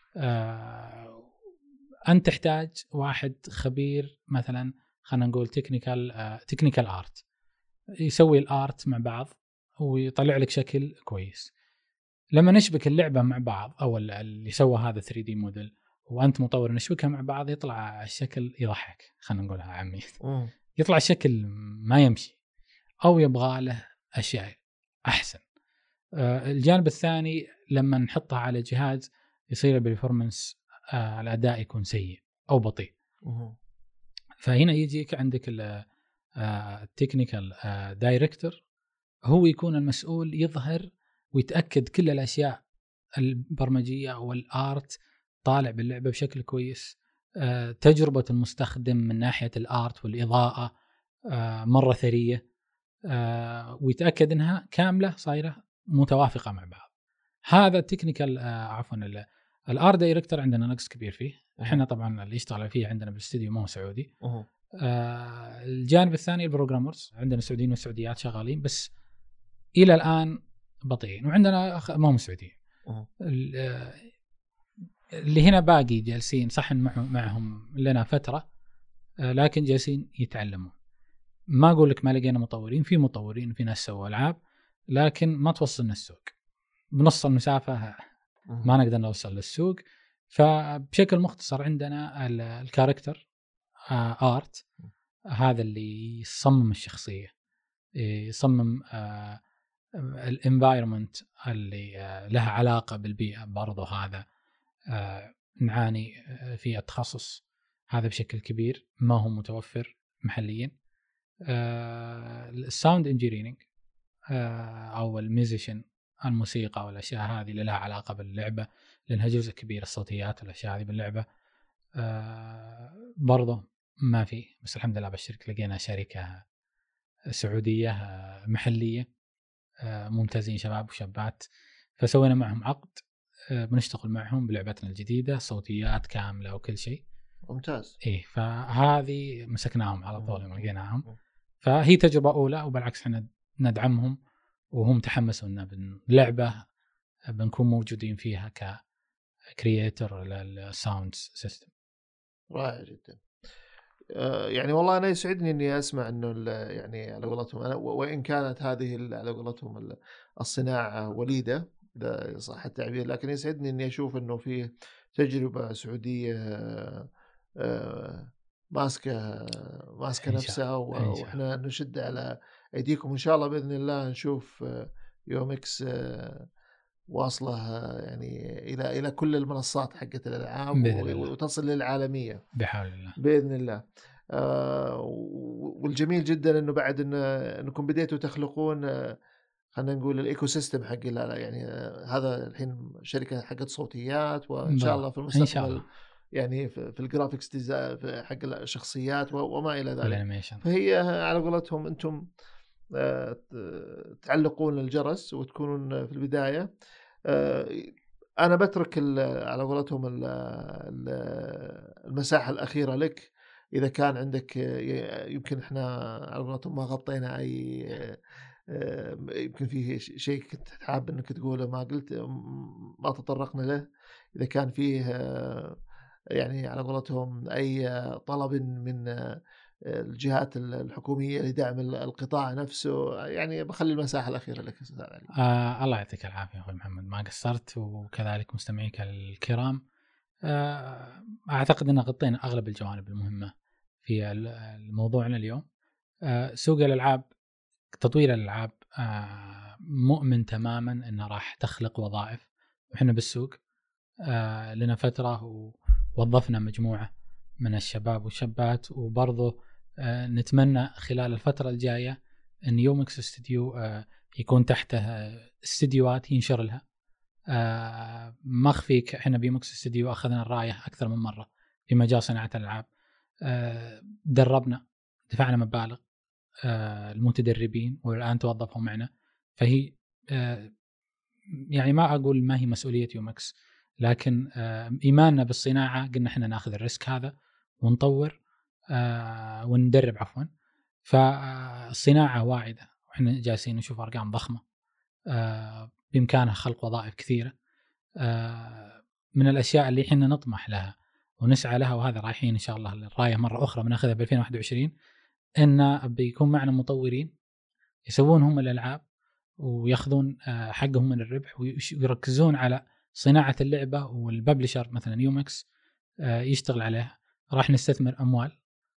انت تحتاج واحد خبير مثلا، خلينا نقول تكنيكال ارت، يسوي الارت مع بعض ويطلع لك شكل كويس. لما نشبك اللعبه مع بعض، او اللي سوى هذا 3D موديل وانت مطور، نشبكها مع بعض يطلع الشكل يضحك، خلينا نقولها عامية، يطلع الشكل ما يمشي او يبغى له اشياء احسن. الجانب الثاني لما نحطها على جهاز يصير البرفورمانس الاداء يكون سيء او بطيء. فهنا يجيك عندك التكنيكال دايركتور، هو يكون المسؤول يظهر ويتاكد كل الاشياء البرمجيه او الارت طالع باللعبة بشكل كويس. تجربة المستخدم من ناحية الآرت والإضاءة مرة ثرية، ويتأكد أنها كاملة صايرة متوافقة مع بعض. هذا التكنيكال عفوا الآرت دايركتور عندنا نقص كبير فيه. احنا طبعا اللي يشتغل فيه عندنا بالاستديو مو سعودي. الجانب الثاني البروجرامرز عندنا سعوديين وسعوديات شغالين، بس إلى الآن بطيئين. وعندنا مو سعوديين اللي هنا باقي جالسين، صح معهم لنا فترة، لكن جالسين يتعلمون. ما أقول لك ما لقينا مطورين، في مطورين، في ناس سووا ألعاب، لكن ما توصلنا السوق بنص المسافة، ما نقدر نوصل للسوق. فبشكل مختصر عندنا الكاركتر آرت، هذا اللي يصمم الشخصية، يصمم الانفايرمنت اللي لها علاقة بالبيئة برضو. هذا نعاني في التخصص هذا بشكل كبير، ما هو متوفر محليا. الساوند انجينيرينج او الميوزيشن، الموسيقى والاشياء هذه اللي لها علاقه باللعبه، لانها جزء كبير الصوتيات والاشياء هذه باللعبه، برضه ما في. بس الحمد لله بالشركه لقينا شركه سعوديه محليه ممتازين، شباب وشابات، فسوينا معهم عقد، بنشتغل معهم بلعبتنا الجديدة، صوتيات كاملة وكل شيء ممتاز. إيه، فهذه مسكناهم على طول يوم لقيناهم. فهي تجربة أولى، وبالعكس احنا ندعمهم وهم تحمسوا إننا بلعبة بنكون موجودين فيها ككرياتور للساوند سيستم. رائع جدا. يعني والله أنا يسعدني إني أسمع إنه يعني على قولتهم وإن كانت هذه على قولتهم الصناعة وليدة إذا صح التعبير، لكن يسعدني إني أشوف إنه في تجربة سعودية ماسكة نفسها، وإحنا نشد على أيديكم إن شاء الله بإذن الله. نشوف يومكس واصلة يعني إلى كل المنصات حقت الألعاب وتصل للعالمية بحول الله بإذن الله. والجميل جدا إنه بعد إنكم بديتوا تخلقون خلينا نقول الإيكو سيستم حق يعني هذا الحين شركة حقت صوتيات، وإن شاء الله في المستقبل يعني في الجرافيكس ديزاين حق الشخصيات وما إلى ذلك. فهي على قولتهم أنتم تعلقون الجرس وتكونون في البداية. أنا بترك على قولتهم المساحة الأخيرة لك، إذا كان عندك يمكن إحنا على قولتهم ما غطينا أي يمكن فيه شيء كنت حاب إنك تقوله ما قلت، ما تطرقنا له. إذا كان فيه يعني على قولتهم أي طلب من الجهات الحكومية لدعم القطاع نفسه، يعني بخلي المساحة الأخيرة لك أستاذ علي. الله يعطيك العافية أخوي محمد، ما قصرت، وكذلك مستمعيك الكرام. أعتقد أن غطينا أغلب الجوانب المهمة في موضوعنا اليوم. سوق الألعاب، تطوير الألعاب، مؤمن تماما أنه راح تخلق وظائف. وإحنا بالسوق لنا فترة ووظفنا مجموعة من الشباب والشابات، وبرضه نتمنى خلال الفترة الجاية أن يومكس استوديو يكون تحته استديوهات ينشر لها. ما أخفيك إحنا بيومكس استوديو أخذنا الراية أكثر من مرة في مجال صناعة الألعاب. دربنا، دفعنا مبالغ المتدربين، والآن توظفوا معنا. فهي يعني ما أقول ما هي مسؤولية يومكس، لكن إيماننا بالصناعة قلنا إحنا نأخذ الريسك هذا ونطور وندرب عفوا. فالصناعة واعدة، وإحنا جالسين نشوف أرقام ضخمة بإمكانها خلق وظائف كثيرة. من الأشياء اللي إحنا نطمح لها ونسعى لها، وهذا رايحين إن شاء الله الراية مرة أخرى بناخذها ب 2021، إن بيكون معنا مطورين يسوون هم الألعاب ويأخذون حقهم من الربح، ويركزون على صناعة اللعبة، والببلشر مثلا يومكس يشتغل عليها. راح نستثمر أموال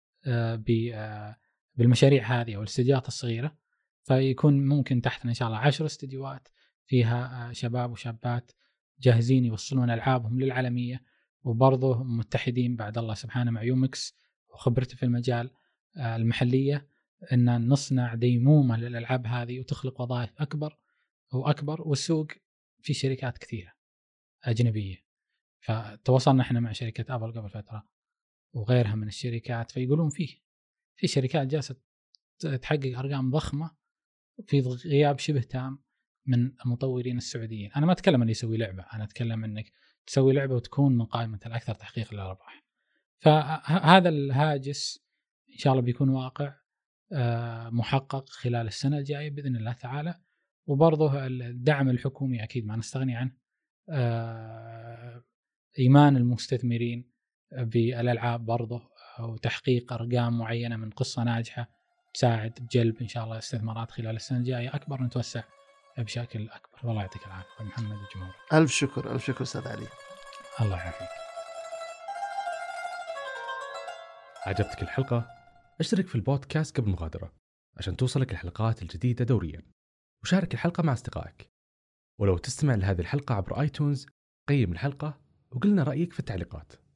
بالمشاريع هذه أو الاستديوهات الصغيرة، فيكون ممكن تحتنا إن شاء الله 10 استديوهات فيها شباب وشابات جاهزين يوصلون ألعابهم للعالمية، وبرضه متحدين بعد الله سبحانه مع يومكس وخبرته في المجال المحلية، أن نصنع ديمومة للألعاب هذه وتخلق وظائف أكبر وأكبر. والسوق في شركات كثيرة أجنبية، فتواصلنا إحنا مع شركة أبل قبل فترة وغيرها من الشركات، فيقولون في شركات جالسة تحقق أرقام ضخمة في غياب شبه تام من المطورين السعوديين. أنا ما أتكلم أن يسوي لعبة، أنا أتكلم أنك تسوي لعبة وتكون من قائمة الأكثر تحقيق للأرباح. فهذا الهاجس إن شاء الله بيكون واقع محقق خلال السنة الجاية بإذن الله تعالى. وبرضه الدعم الحكومي أكيد ما نستغني عنه. إيمان المستثمرين بالألعاب برضه، وتحقيق أرقام معينة من قصة ناجحة تساعد بجلب إن شاء الله استثمارات خلال السنة الجاية أكبر، نتوسع بشكل أكبر. والله يعطيك العافية محمد والجمهور. ألف شكر، ألف شكر أستاذ علي. الله يعافيك. عجبتك الحلقة؟ اشترك في البودكاست قبل المغادرة عشان توصلك الحلقات الجديدة دوريا، وشارك الحلقة مع أصدقائك. ولو تستمع لهذه الحلقة عبر آيتونز، قيم الحلقة وقلنا رأيك في التعليقات.